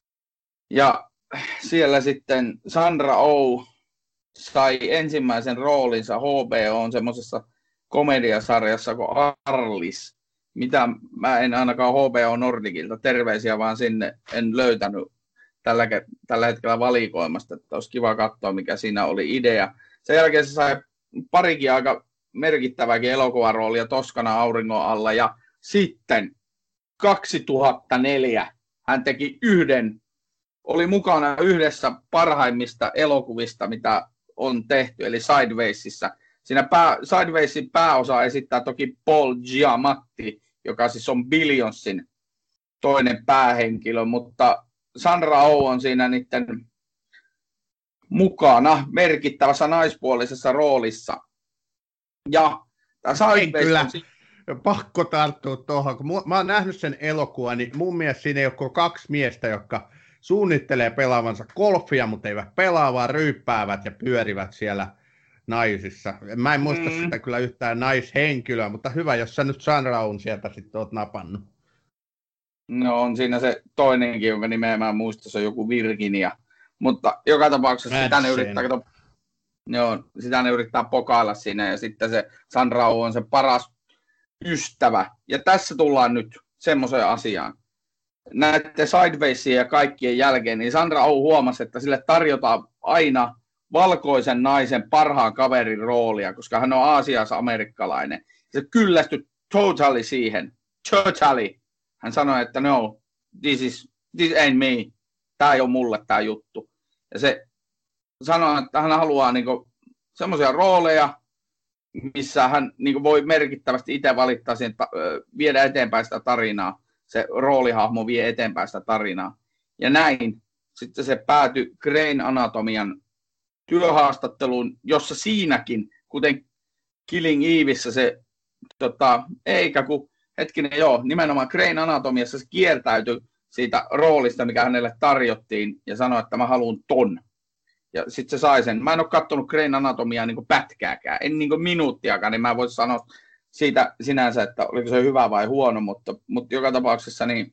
C: ja siellä sitten Sandra Oh sai ensimmäisen roolinsa H B O:n semmoisessa komediasarjassa kuin Arlis, mitä mä en ainakaan H B O Nordicilta terveisiä vaan sinne en löytänyt tällä, tällä hetkellä valikoimasta, että olisi kiva katsoa mikä siinä oli idea. Sen jälkeen se sai parikin aika merkittäväkin elokuvaroolia Toskana auringon alla ja sitten kaksituhattaneljä hän teki yhden, oli mukana yhdessä parhaimmista elokuvista, mitä on tehty, eli Sidewaysissa. Siinä pää, Sidewaysin pääosa esittää toki Paul Giamatti, joka siis on Billionsin toinen päähenkilö, mutta Sandra Oh on siinä niiden mukana merkittävässä naispuolisessa roolissa. Ja tämä Sideways on...
B: pakko tarttua tuohon, kun mä oon nähnyt sen elokuvan, niin mun mielestä siinä ei ole kaksi miestä, jotka suunnittelee pelaavansa golfia, mutta eivät pelaa, vaan ryyppäävät ja pyörivät siellä naisissa. Mä en muista mm. sitä kyllä yhtään naishenkilöä, mutta hyvä, jos sä nyt Sandra on sieltä sitten oot napannut.
C: No on siinä se toinenkin, jonka nimeä mä en muista, se on joku Virginia. Mutta joka tapauksessa sitä ne, yrittää, kato, joo, sitä ne yrittää pokailla siinä ja sitten se Sandra on se paras ystävä. Ja tässä tullaan nyt semmoiseen asiaan. Näette Sidewaysien ja kaikkien jälkeen, niin Sandra Oh huomasi, että sille tarjotaan aina valkoisen naisen parhaan kaverin roolia, koska hän on aasialais-amerikkalainen. Se kyllästyi totally siihen. Totally. Hän sanoi, että no, this, is, this ain't me. Tämä ei ole mulle tämä juttu. Ja se sanoi, että hän haluaa niinku semmoisia rooleja, missä hän niinku voi merkittävästi itse valittaa siihen, viedä eteenpäin sitä tarinaa. Se roolihahmo vie eteenpäin sitä tarinaa. Ja näin sitten se päätyi Grain Anatomian työhaastatteluun, jossa siinäkin, kuten Killing Eveissä se, tota, eikä kun, hetkinen joo, nimenomaan Grain Anatomiassa se kiertäytyi siitä roolista, mikä hänelle tarjottiin, ja sanoi, että mä haluan ton. Ja sitten se sai sen. Mä en ole katsonut Grain Anatomiaa niin kuin pätkääkään, en niin kuin minuuttiakaan, niin mä voisin sanoa siitä sinänsä, että oliko se hyvä vai huono, mutta, mutta joka tapauksessa niin...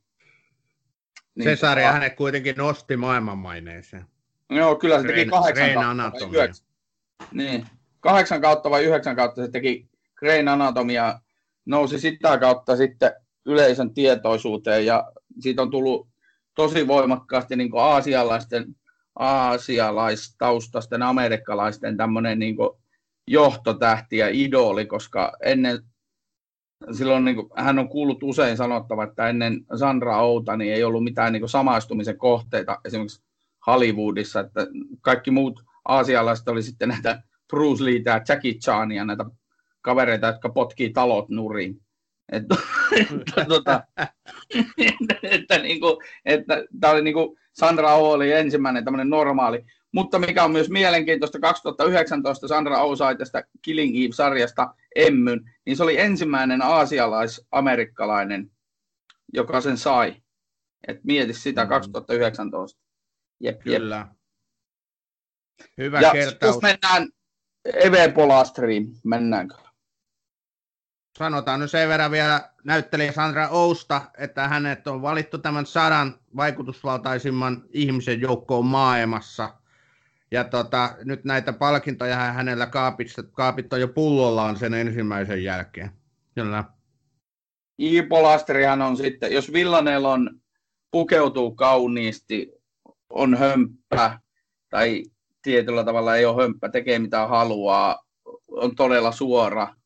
B: niin se sarja hänet kuitenkin nosti maailmanmaineeseen.
C: Joo, kyllä se teki kahdeksan kautta, vai niin, kahdeksan kautta vai yhdeksän kautta se teki Grain Anatomia, nousi sitä kautta sitten yleisön tietoisuuteen ja siitä on tullut tosi voimakkaasti niin kuin aasialaisten, aasialaistaustaisten amerikkalaisten tämmöinen niin kuin johtotähti ja idoli, koska ennen, silloin niin kuin, hän on kuullut usein sanottava, että ennen Sandra Ohta niin ei ollut mitään niin kuin samaistumisen kohteita esimerkiksi Hollywoodissa, että kaikki muut aasialaiset oli sitten näitä Bruce Leetä ja Jackie Chania, näitä kavereita, jotka potkii talot nurin. Että, että, tota, että, että, niin kuin, että tämä oli niin kuin Sandra Oh oli ensimmäinen tämmöinen normaali. Mutta mikä on myös mielenkiintoista, kaksituhattayhdeksäntoista Sandra Oh sai tästä Killing Eve-sarjasta Emmyn, niin se oli ensimmäinen aasialais-amerikkalainen, joka sen sai. Et mieti sitä mm. kaksituhattayhdeksäntoista. Jep,
B: Kyllä.
C: Jep.
B: Hyvä
C: ja
B: kertaus.
C: Jos mennään Eve Polastriin, mennäänkö?
B: Sanotaan nyt sen verran vielä näyttelijä Sandra Ohsta, että hänet on valittu tämän sadan vaikutusvaltaisimman ihmisen joukkoon maailmassa. Ja tota, nyt näitä palkintoja hänellä kaapit, kaapit on jo pullollaan sen ensimmäisen jälkeen. Kyllä.
C: I. Polastrihan on sitten, jos Villanelon pukeutuu kauniisti, on hömppä tai tietyllä tavalla ei ole hömppä, tekee mitä haluaa, on todella suora,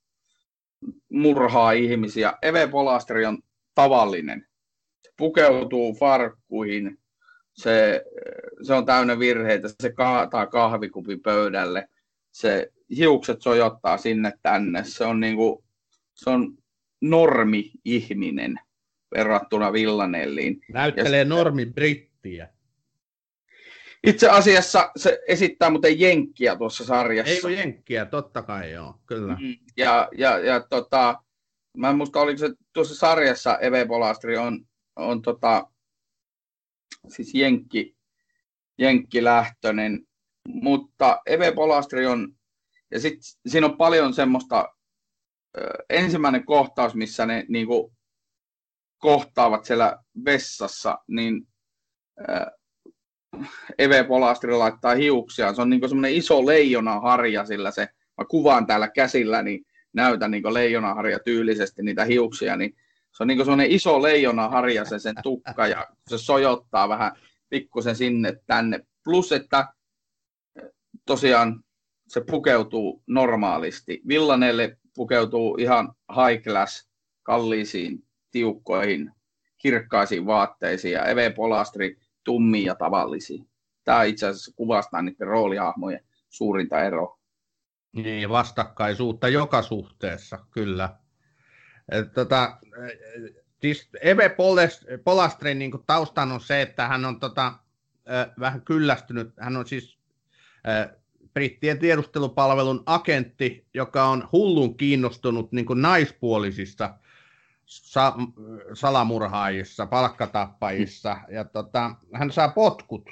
C: murhaa ihmisiä. Eve Polastri on tavallinen. Se pukeutuu farkkuihin, se, se on täynnä virheitä, se kaataa kahvikupin pöydälle, se hiukset sojottaa sinne tänne, se on, niinku, se on normi-ihminen verrattuna Villanelliin.
B: Näyttelee normi-brittiä.
C: Itse asiassa se esittää muuten jenkkiä tuossa sarjassa.
B: Ei ole jenkkiä, totta kai joo, kyllä.
C: Mm, ja, ja, ja tota, mä en muista, oliko se tuossa sarjassa Eve Polastri on, on tota, siis jenkki, jenkkilähtöinen, mutta Eve Polastri on, ja sitten siinä on paljon semmoista, ö, ensimmäinen kohtaus, missä ne niinku kohtaavat siellä vessassa, niin ö, Eve Polastri laittaa hiuksia. Se on niinku semmoinen iso leijonaharja, sillä se, mä kuvaan täällä käsillä, niin näytän niinku leijonaharja tyylisesti niitä hiuksia, niin se on niinku semmoinen iso leijonaharja se sen tukka, ja se sojottaa vähän pikkusen sinne tänne. Plus, että tosiaan se pukeutuu normaalisti. Villanelle pukeutuu ihan high class, kalliisiin, tiukkoihin, kirkkaisiin vaatteisiin, ja Eve Polastri tummiin ja tavallisiin. Tämä itse asiassa kuvastaa niiden roolihahmojen suurinta eroa.
B: Niin, vastakkaisuutta joka suhteessa, kyllä. Et, tota, siis Eve Polastrin niin taustan on se, että hän on tota, äh, vähän kyllästynyt. Hän on siis äh, brittien tiedustelupalvelun agentti, joka on hullun kiinnostunut niin kuin naispuolisista sa- salamurhaajissa, palkkatappajissa, ja tota, hän saa potkut.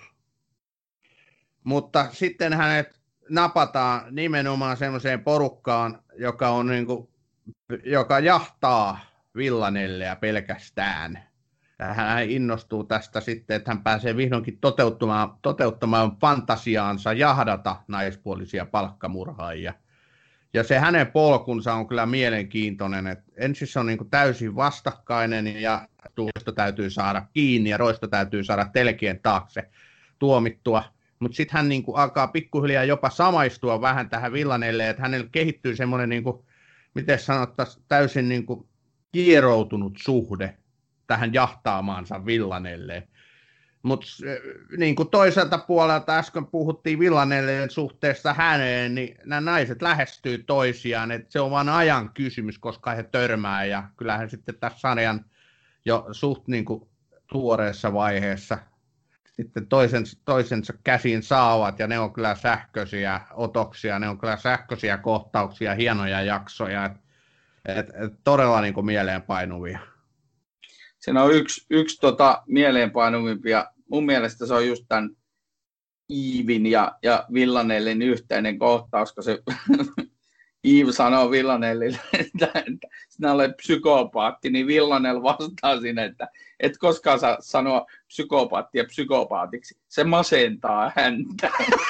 B: Mutta sitten hänet napataan nimenomaan semmoiseen porukkaan, joka on niin kuin, joka jahtaa Villanelleä pelkästään. Ja hän innostuu tästä sitten, että hän pääsee vihdoinkin toteuttamaan, toteuttamaan fantasiaansa jahdata naispuolisia palkkamurhaajia. Ja se hänen polkunsa on kyllä mielenkiintoinen, että ensin se on niin kuin täysin vastakkainen ja roisto täytyy saada kiinni ja roisto täytyy saada telkien taakse tuomittua. Mutta sitten hän niin kuin alkaa pikkuhiljaa jopa samaistua vähän tähän Villanelleen, että hänellä kehittyy semmoinen, niin kuin, miten sanottaisiin, täysin niin kuin kieroutunut suhde tähän jahtaamaansa Villanelleen. Mutta niin kuin toiselta puolelta äsken puhuttiin Villanelleen suhteessa häneen, niin nämä naiset lähestyy toisiaan, että se on vain ajan kysymys, koska he törmää, ja kyllähän sitten tässä sarjan jo suht niin kuin tuoreessa vaiheessa sitten toisensa, toisensa käsiin saavat, ja ne on kyllä sähköisiä otoksia, ne on kyllä sähköisiä kohtauksia, hienoja jaksoja, et, et, et todella niin kuin mieleenpainuvia.
C: Siinä on yksi, yksi tota, mieleenpainuvimpia. Mun mielestä se on just tämän Even ja, ja Villanellin yhteinen kohtaus, kun se Eve sanoo Villanellille, että, että sinä olet psykopaatti, niin Villanelle vastaa sinne, että et koskaan saa sanoa psykopaattia psykopaatiksi. Se masentaa häntä.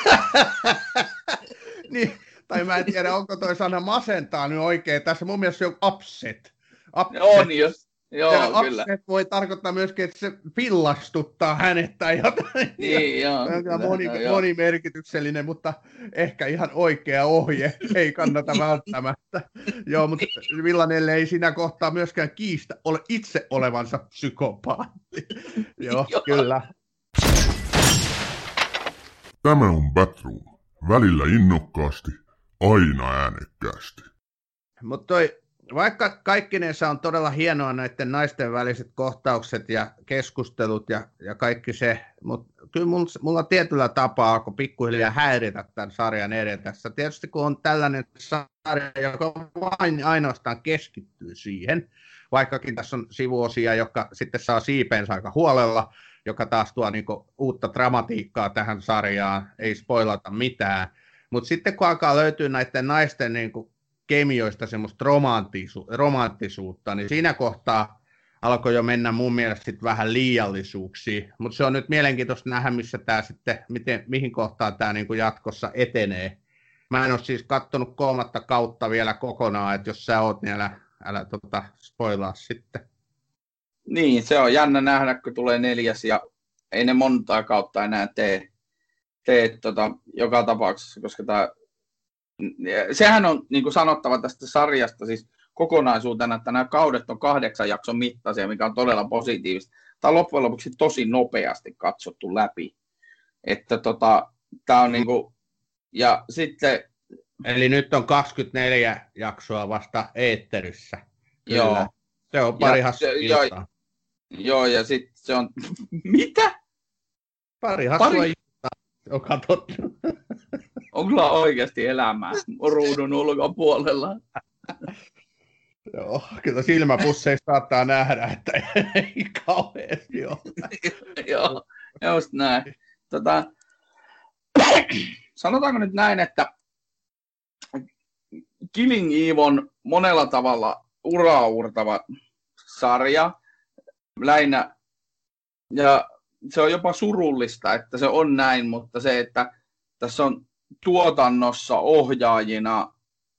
B: Niin, tai mä en tiedä, onko toi sana masentaa nyt oikein. Tässä mun mielestä se on upset. upset.
C: On just. Joo,
B: ja
C: kyllä.
B: Upset voi tarkoittaa myöskin, että se pillastuttaa hänet tai jotain.
C: Niin, joo.
B: On moni, joo. monimerkityksellinen, mutta ehkä ihan oikea ohje. Ei kannata välttämättä. Joo, mutta Villanelle ei siinä kohtaa myöskään kiistä ole itse olevansa psykopaatti. Joo, joo, kyllä.
A: Tämä on Batroom. Välillä innokkaasti, aina äänekkäästi.
B: Mutta toi... Vaikka kaikkinensa on todella hienoa näiden naisten väliset kohtaukset ja keskustelut ja, ja kaikki se, mutta kyllä mulla, mulla tietyllä tapaa alkoi pikkuhiljaa häiritä tämän sarjan edetessä. Tietysti kun on tällainen sarja, joka vain ainoastaan keskittyy siihen, vaikkakin tässä on sivuosia, jotka sitten saa siipeensä aika huolella, joka taas tuo niinku uutta dramatiikkaa tähän sarjaan, ei spoilata mitään. Mutta sitten kun alkaa löytyä näiden naisten niinku kemioista semmoista romantisu- romanttisuutta, niin siinä kohtaa alkoi jo mennä mun mielestä sit vähän liiallisuuksiin, mutta se on nyt mielenkiintoista nähdä, missä tää sitten, miten, mihin kohtaan tämä niinku jatkossa etenee. Mä en ole siis katsonut kolmatta kautta vielä kokonaan, että jos sä oot, niin älä, älä tota, spoilaa sitten.
C: Niin, se on jännä nähdä, kun tulee neljäs ja ei ne montaa kautta enää tee, tee tota, joka tapauksessa, koska tämä sehän on niin kuin sanottava tästä sarjasta siis kokonaisuutena, että nämä kaudet on kahdeksan jakson mittaisia, mikä on todella positiivista. tämä on loppujen lopuksi tosi nopeasti katsottu läpi. Että tota, tämä on niinku, ja sitten...
B: Eli nyt on kaksikymmentäneljä jaksoa vasta eetterissä. Kyllä.
C: Joo.
B: Se on pari hassua iltaa.
C: Joo, ja sitten se on... Mitä?
B: Pari hassua pari... iltaa on katsottu.
C: On kyllä oikeasti elämää ruudun ulkopuolella.
B: Joo, kyllä silmäpusseista saattaa nähdä, että ei kauheasti ole.
C: Joo, just näin. Tota, sanotaanko nyt näin, että Killing Eve on monella tavalla uraurtava sarja, lähinnä, ja se on jopa surullista, että se on näin, mutta se, että tässä on tuotannossa ohjaajina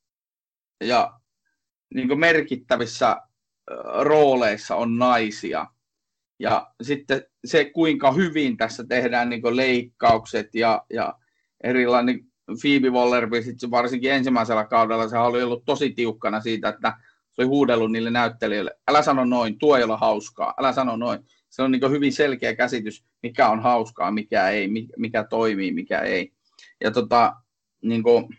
C: ja niin kuin merkittävissä rooleissa on naisia. Ja sitten se, kuinka hyvin tässä tehdään niin kuin leikkaukset ja, ja erilainen Phoebe Waller-Bridge, varsinkin ensimmäisellä kaudella, se oli ollut tosi tiukkana siitä, että se oli huudellut niille näyttelijöille, älä sano noin, tuo ei ole hauskaa, älä sano noin. Se on niin kuin hyvin selkeä käsitys, mikä on hauskaa, mikä ei, mikä toimii, mikä ei. Ja tota, niin kuin,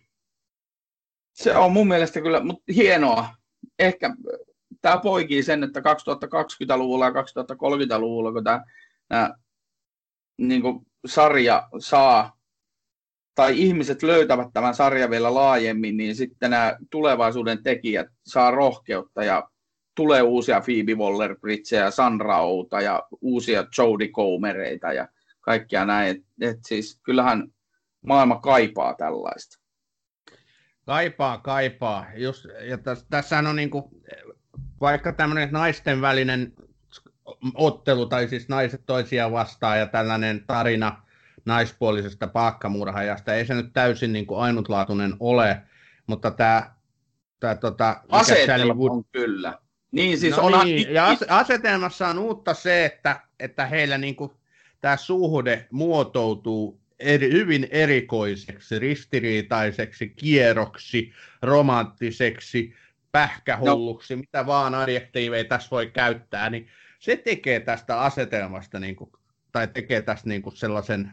C: se on mun mielestä kyllä mutta hienoa. Ehkä tämä poikii sen, että kaksituhattakaksikymmentäluvulla ja kaksituhattakolmekymmentäluvulla, kun tämä, tämä niin kuin sarja saa, tai ihmiset löytävät tämän sarjan vielä laajemmin, niin sitten nämä tulevaisuuden tekijät saa rohkeutta ja tulee uusia Phoebe Waller-Bridgeä ja Sandra Outa ja uusia Jodie Comereita ja kaikkia näin. Et, et siis kyllähän maailma kaipaa tällaista.
B: Kaipaa, kaipaa. Just, ja täs, tässähän on niinku, vaikka tämmöinen naisten välinen ottelu, tai siis naiset toisiaan vastaan ja tällainen tarina naispuolisesta paakkamurhaajasta, ei se nyt täysin niinku ainutlaatuinen ole, mutta tämä... Tää, tota,
C: asetelma on kyllä. Niin, siis
B: no
C: onhan...
B: niin, ja asetelmassa on uutta se, että, että heillä niinku, tämä suhde muotoutuu eri, hyvin erikoiseksi, ristiriitaiseksi, kierroksi, romanttiseksi, pähkähulluksi, no. Mitä vaan adjektiiveja tässä voi käyttää, niin se tekee tästä asetelmasta, niinku, tai tekee tästä niinku sellaisen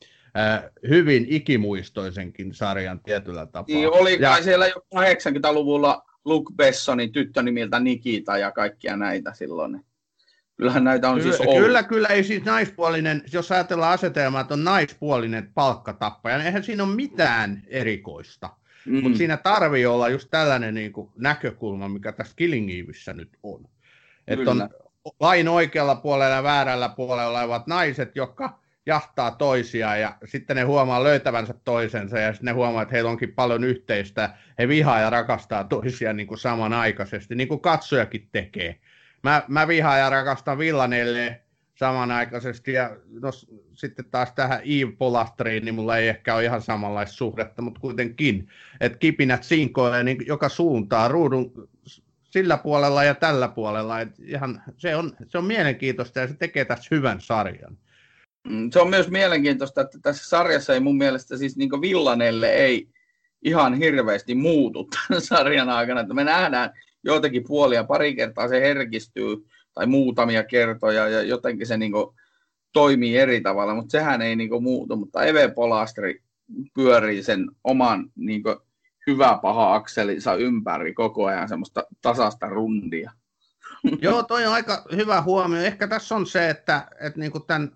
B: äh, hyvin ikimuistoisenkin sarjan tietyllä tapaa.
C: Niin, oli kai ja... siellä jo kahdeksankymmentäluvulla Luke Bessonin tyttö nimiltä Nikita ja kaikkia näitä silloin. Kyllähän näitä on
B: kyllä,
C: siis ollut.
B: Kyllä, kyllä ei siis naispuolinen, jos ajatellaan asetelmaa, että on naispuolinen palkkatappaja, niin eihän siinä ole mitään erikoista. Mm. Mutta siinä tarvii olla just tällainen niin kuin näkökulma, mikä tässä Killing Eveissä nyt on. Että on lain oikealla puolella ja väärällä puolella olevat naiset, jotka jahtaa toisiaan ja sitten ne huomaa löytävänsä toisensa ja sitten ne huomaa, että heillä onkin paljon yhteistä. He vihaa ja rakastaa toisiaan niin kuin samanaikaisesti, niin kuin katsojakin tekee. Mä, mä vihaan ja rakastan Villanelle samanaikaisesti ja no, sitten taas tähän Eve Polastriin, niin mulla ei ehkä ole ihan samanlaista suhdetta, mutta kuitenkin, että kipinät sinkoilee niin joka suuntaan ruudun sillä puolella ja tällä puolella. Et ihan, se, on, se on mielenkiintoista ja se tekee tässä hyvän sarjan.
C: Se on myös mielenkiintoista, että tässä sarjassa ei mun mielestä siis niin Villanelle ei ihan hirveästi muutu tämän sarjan aikana, että me nähdään joitakin puolia, pari kertaa se herkistyy tai muutamia kertoja ja jotenkin se niin kuin toimii eri tavalla, mutta sehän ei niin kuin muutu, mutta Eve Polastri pyörii sen oman niin kuin hyvä paha akselinsa ympäri koko ajan semmoista tasasta rundia.
B: Joo, toi on aika hyvä huomio. Ehkä tässä on se, että, että niin kuin tämän,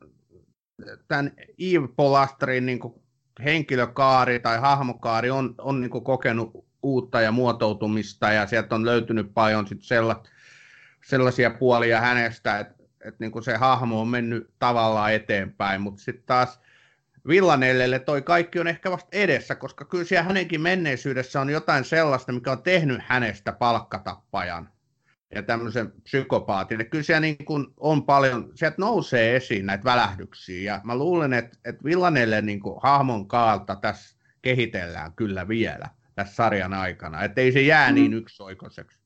B: tämän Eve Polastrin niin kuin henkilökaari tai hahmokaari on, on niin kuin kokenut uutta ja muotoutumista ja sieltä on löytynyt paljon sit sellat, sellaisia puolia hänestä, että et niinku se hahmo on mennyt tavallaan eteenpäin, mutta sitten taas Villanellelle toi kaikki on ehkä vasta edessä, koska kyllä siellä hänenkin menneisyydessä on jotain sellaista, mikä on tehnyt hänestä palkkatappajan ja tämmöisen psykopaatin. Et kyllä siellä niin kun on paljon, sieltä nousee esiin näitä välähdyksiä ja mä luulen, että et Villanelle niin kun hahmon kaalta tässä kehitellään kyllä vielä tässä sarjan aikana, että ei se jää niin yksioikoiseksi.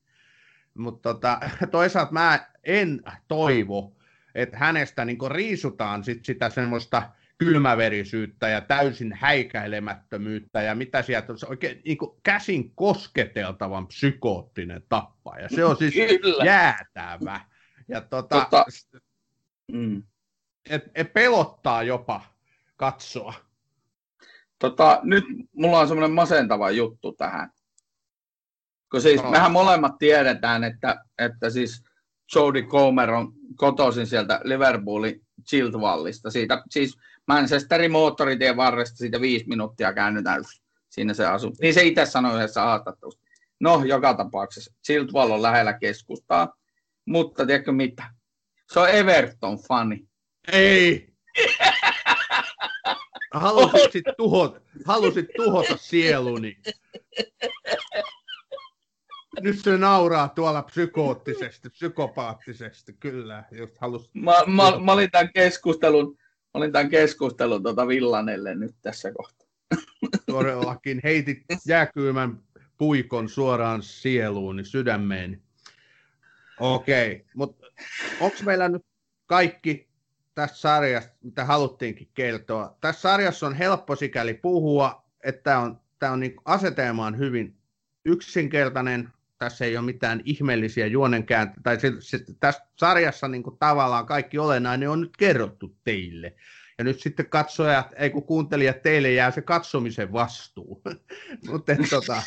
B: Mutta tota, toisaalta mä en toivo, että hänestä niinku riisutaan sit sitä semmoista kylmäverisyyttä ja täysin häikäilemättömyyttä ja mitä sieltä on, se oikein niinku käsin kosketeltavan psykoottinen tappaja. Se on siis Kyllä. jäätävä. Ja tota, tota,
C: Mm.
B: Et, et pelottaa jopa katsoa.
C: Tota, nyt mulla on semmoinen masentava juttu tähän. Kun siis
B: no.
C: mehän molemmat tiedetään, että, että siis Jodie Comer on kotoisin sieltä Liverpoolin Chiltwellista. Siitä, siis Manchesterin moottoritien varresta siitä viisi minuuttia käännytään. Siinä se asuu. Niin se itse sanoi yhdessä haastattelussa. No, joka tapauksessa. Chiltwell on lähellä keskustaa. Mutta tiedätkö mitä? Se on Everton-fani.
B: Ei! Halusit tuhota, halusit tuhota sieluni. Nyt se nauraa tuolla psykoottisesti, psykopaattisesti, kyllä. Just halus...
C: mä, mä, mä olin tämän keskustelun, mä olin tämän keskustelun tuota Villanelle nyt tässä kohtaa.
B: Todellakin heitit jääkylmän puikon suoraan sieluuni, sydämeeni. Okei, mutta onko meillä nyt kaikki tässä sarjassa, mitä haluttiinkin kertoa? Tässä sarjassa on helppo sikäli puhua, että tämä on, tää on niinku asetelmaan hyvin yksinkertainen. Tässä ei ole mitään ihmeellisiä juonenkääntöjä, tai se, se, tässä sarjassa niin kuin tavallaan kaikki olennainen on nyt kerrottu teille. Ja nyt sitten katsojat, ei kun kuuntelijat, teille jää se katsomisen vastuu. Mutta tota...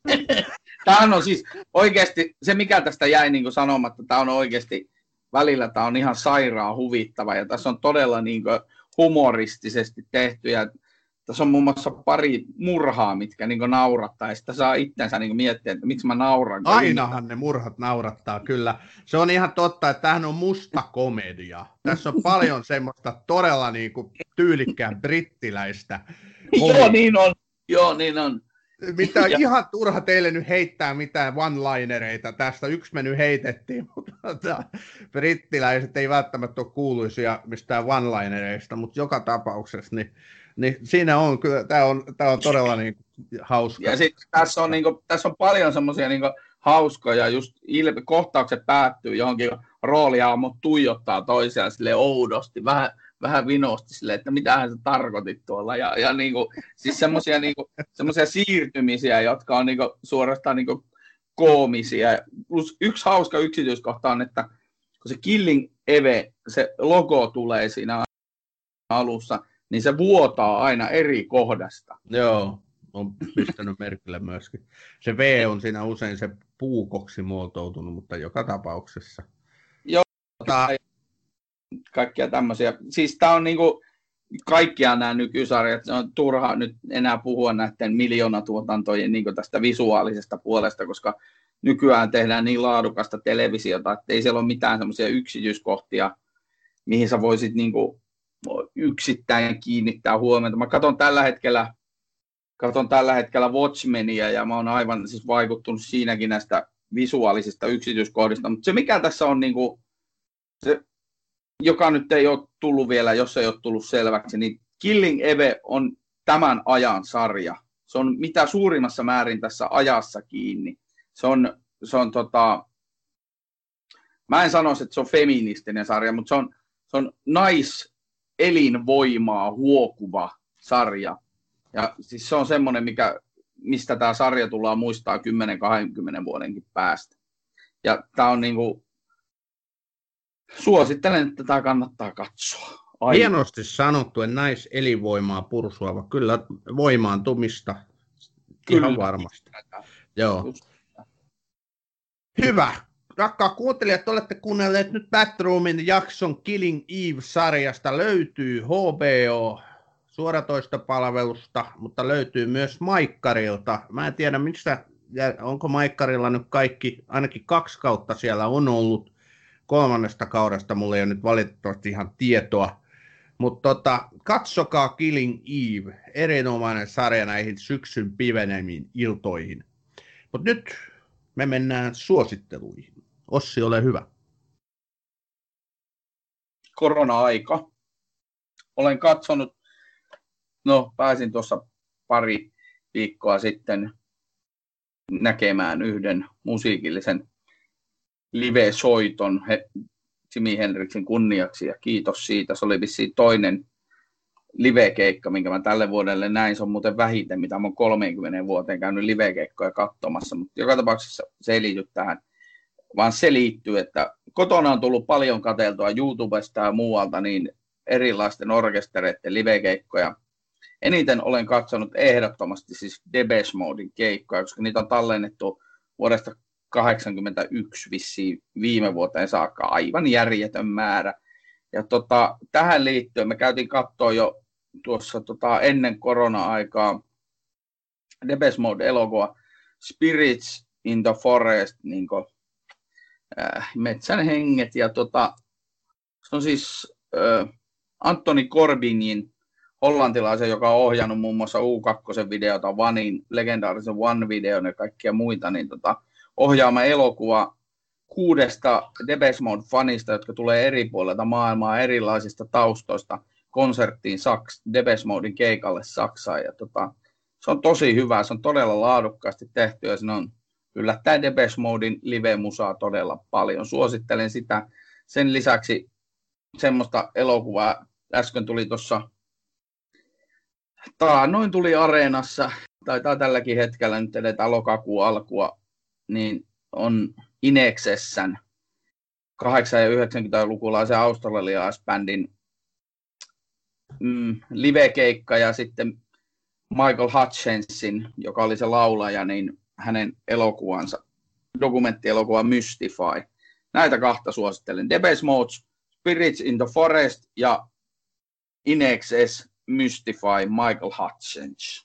C: Tämähän on siis oikeasti, se mikä tästä jäi niin kuin sanomatta, tämä on oikeasti, välillä tämä on ihan sairaan huvittava, ja tässä on todella niin kuin humoristisesti tehty, ja tässä on muun muassa pari murhaa, mitkä niin kuin naurattaa, ja sitten saa itsensä niin kuin miettiä, että miksi mä nauran.
B: Ainahan ne murhat naurattaa, kyllä. Se on ihan totta, että tämähän on musta komedia. Tässä on paljon semmoista todella niin kuin tyylikkään brittiläistä.
C: Joo, niin on. Joo, niin on.
B: Mitä ja... ihan turha teille nyt heittää mitään one-linereita. Tästä yksi me nyt heitettiin, mutta brittiläiset ei välttämättä ole kuuluisia mistään one-linereista, mutta joka tapauksessa niin Niin siinä on kyllä, tämä on, tämä on todella niin hauska.
C: Ja sitten tässä on, niin kuin, tässä on paljon semmoisia niin hauskoja, just ilme, kohtaukset päättyy johonkin roolihaamot tuijottaa toisiaan sille oudosti, vähän, vähän vinosti sille, että mitähän sä tarkoitit tuolla. Ja, ja niin kuin, siis semmoisia niin semmoisia siirtymisiä, jotka on niin kuin, suorastaan niin kuin koomisia. Plus yksi hauska yksityiskohta on, että kun se Killing Eve, se logo tulee siinä alussa, niin se vuotaa aina eri kohdasta.
B: Joo, on pistänyt merkille myöskin. Se V on siinä usein se puukoksi muotoutunut, mutta joka tapauksessa.
C: Joo, tota... kaikkia tämmöisiä. Siis tää on niinku kaikkia nämä nykysarjat, se on turha nyt enää puhua näiden miljoonatuotantojen niinku tästä visuaalisesta puolesta, koska nykyään tehdään niin laadukasta televisiota, että ei siellä ole mitään semmoisia yksityiskohtia, mihin sä voisit niinku yksittäin kiinnittää huomiota. Mä katson tällä hetkellä, katson tällä hetkellä Watchmenia ja mä oon aivan siis vaikuttunut siinäkin näistä visuaalisista yksityiskohdista, mutta se mikä tässä on niinku, se, joka nyt ei ole tullut vielä, jos ei ole tullut selväksi, niin Killing Eve on tämän ajan sarja. Se on mitä suurimmassa määrin tässä ajassa kiinni. Se on, se on tota, mä en sanoisi, että se on feministinen sarja, mutta se on, se on nais elinvoimaa huokuva sarja. Ja siis se on semmoinen, mikä, mistä tämä sarja tullaan muistaa kymmenen kaksikymmentä vuodenkin päästä. Ja tämä on niinku, suosittelen, että tämä kannattaa katsoa. Aina.
B: Hienosti sanottu, että naiselinvoimaa pursuava. Kyllä voimaantumista. Kyllä. Ihan varmasti. Joo. Just. Hyvä. Rakkaat kuuntelijat, olette kuunnelleet nyt Batroomin jakson Killing Eve-sarjasta. Löytyy H B O suoratoistopalvelusta, mutta löytyy myös Maikkarilta. Mä en tiedä, mistä, onko Maikkarilla nyt kaikki, ainakin kaksi kautta siellä on ollut. Kolmannesta kaudesta mulla ei ole nyt valitettavasti ihan tietoa. Mutta tota, katsokaa Killing Eve, erinomainen sarja näihin syksyn pivenemiin iltoihin. Mutta nyt me mennään suositteluihin. Ossi, ole hyvä.
C: Korona-aika. Olen katsonut, no pääsin tuossa pari viikkoa sitten näkemään yhden musiikillisen live-soiton Jimi Hendrixin kunniaksi ja kiitos siitä. Se oli vissiin toinen live-keikka, minkä mä tälle vuodelle näin. Se on muuten vähiten, mitä mä oon kolmeenkymmeneen vuoteen käynyt live-keikkoja katsomassa, mutta joka tapauksessa se ei liity tähän, vaan se liittyy, että kotona on tullut paljon katseltua YouTubesta ja muualta niin erilaisten orkestereiden livekeikkoja. Eniten olen katsonut ehdottomasti siis Depeche Moden keikkoja, koska niitä on tallennettu vuodesta kahdeksankymmentäyksi vissiin viime vuoteen saakka aivan järjetön määrä. Ja tota, tähän liittyen me käytiin katsoa jo tuossa tota, ennen korona-aikaa Depeche Mode-elokuva Spirits in the Forest, niin kuin, äh, metsän henget. Ja tota, se on siis äh, Anthony Corbinin, hollantilaisen, joka on ohjannut muun muassa U kaksi videota, Vanin, legendaarisen One-videon ja kaikkia muita, niin tota, ohjaama elokuva kuudesta Depeche Mode-fanista, jotka tulee eri puolilta maailmaa erilaisista taustoista konserttiin Saks, Depeche Moden keikalle Saksaan. Ja tota, se on tosi hyvä, se on todella laadukkaasti tehty ja siinä on yllättäen Depeche Moden live-musaa todella paljon. Suosittelen sitä. Sen lisäksi semmoista elokuvaa äsken tuli tuossa, noin tuli Areenassa, taitaa tälläkin hetkellä, nyt edetään lokakuun alkua, niin on Inexessän kahdeksankymmentä- ja yhdeksänkymmentälukulaisen australialaisbändin mm, livekeikka ja sitten Michael Hutchensin, joka oli se laulaja, niin hänen elokuvansa, dokumenttielokuva Mystify. Näitä kahta suosittelen. Depeche Mode, Spirits in the Forest ja Inexes Mystify, Michael Hutchins.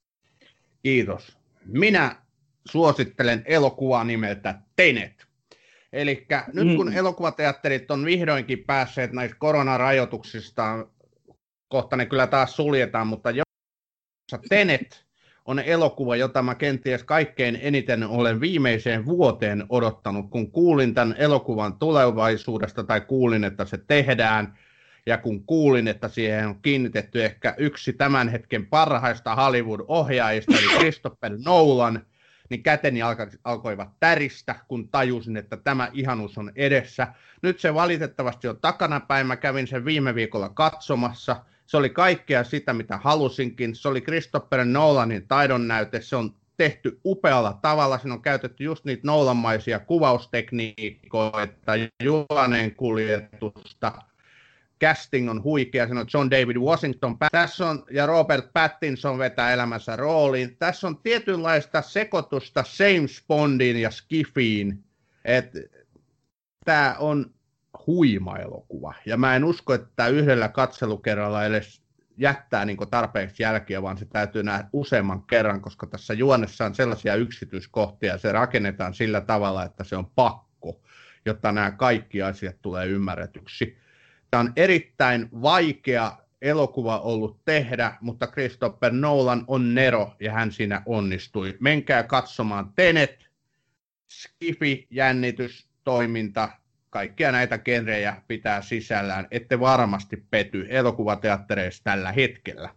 B: Kiitos. Minä suosittelen elokuvaa nimeltä Tenet. Eli nyt kun mm. elokuvateatterit on vihdoinkin päässeet näistä koronarajoituksista, kohta ne kyllä taas suljetaan, mutta jo Tenet on elokuva, jota mä kenties kaikkein eniten olen viimeiseen vuoteen odottanut, kun kuulin tämän elokuvan tulevaisuudesta tai kuulin, että se tehdään. Ja kun kuulin, että siihen on kiinnitetty ehkä yksi tämän hetken parhaista Hollywood-ohjaajista, eli Christopher Nolan, niin käteni alkoivat täristä, kun tajusin, että tämä ihanuus on edessä. Nyt se valitettavasti on takanapäin. Mä kävin sen viime viikolla katsomassa. Se oli kaikkea sitä, mitä halusinkin. Se oli Christopher Nolanin taidonnäyte. Se on tehty upealla tavalla. Siinä on käytetty just niitä Nolanmaisia kuvaustekniikoita, juoneen kuljetusta. Casting on huikea, siinä on John David Washington, tässä on, ja Robert Pattinson vetää elämänsä rooliin. Tässä on tietynlaista sekoitusta James Bondin ja Skiffiin, että tämä on huima elokuva. Ja mä en usko, että yhdellä katselukerralla edes jättää niin tarpeeksi jälkiä, vaan se täytyy nähdä useamman kerran, koska tässä juonessa on sellaisia yksityiskohtia, se rakennetaan sillä tavalla, että se on pakko, jotta nämä kaikki asiat tulee ymmärretyksi. Tämä on erittäin vaikea elokuva ollut tehdä, mutta Christopher Nolan on nero ja hän siinä onnistui. Menkää katsomaan Tenet, skifi, jännitys, toiminta, kaikkia näitä genrejä pitää sisällään. Ette varmasti pety elokuvateattereissa tällä hetkellä.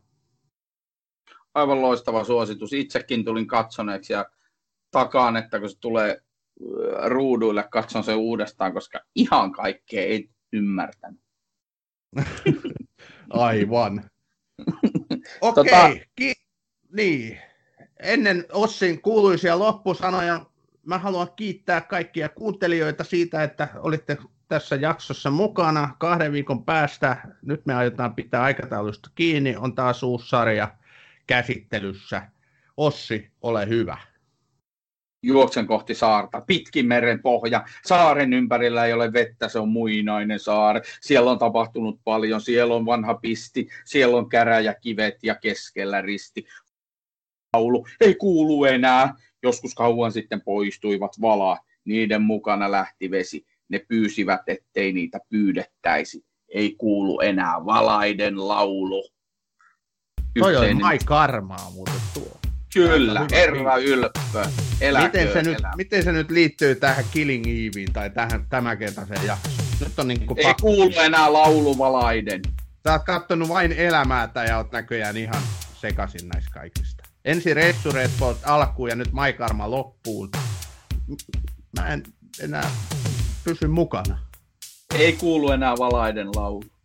C: Aivan loistava suositus. Itsekin tulin katsoneeksi ja takaan, että kun se tulee ruuduille, katson sen uudestaan, koska ihan kaikkea ei ymmärtänyt.
B: Aivan. Okei, tota... Ki- niin. Ennen Ossin kuuluisia loppusanoja, mä haluan kiittää kaikkia kuuntelijoita siitä, että olitte tässä jaksossa mukana. Kahden viikon päästä, nyt me aiotaan pitää aikataulusta kiinni, on taas uusi sarja käsittelyssä. Ossi, ole hyvä.
C: Juoksen kohti saarta, pitkin meren pohja, saaren ympärillä ei ole vettä, se on muinainen saari, siellä on tapahtunut paljon, siellä on vanha pisti, siellä on käräjäkivet ja keskellä risti. Laulu ei kuulu enää, joskus kauan sitten poistuivat vala, niiden mukana lähti vesi, ne pyysivät, ettei niitä pyydettäisi, ei kuulu enää valaiden laulu.
B: Toi on Mai Karmaa muuten tuo.
C: Kyllä, herra ylppö.
B: Miten se, nyt, miten se nyt liittyy tähän Killing Eveen tai tähän tämänkertaiseen jaksoon? Nyt on niin kuin
C: ei pakko. Kuulu enää lauluvalaiden.
B: Sä oot kattonut vain elämäätä ja oot näköjään ihan sekaisin näistä kaikista. Ensin Ressu Redford alkuun ja nyt Mai Karma loppuun. Mä en enää pysy mukana.
C: Ei kuulu enää valaiden laulu.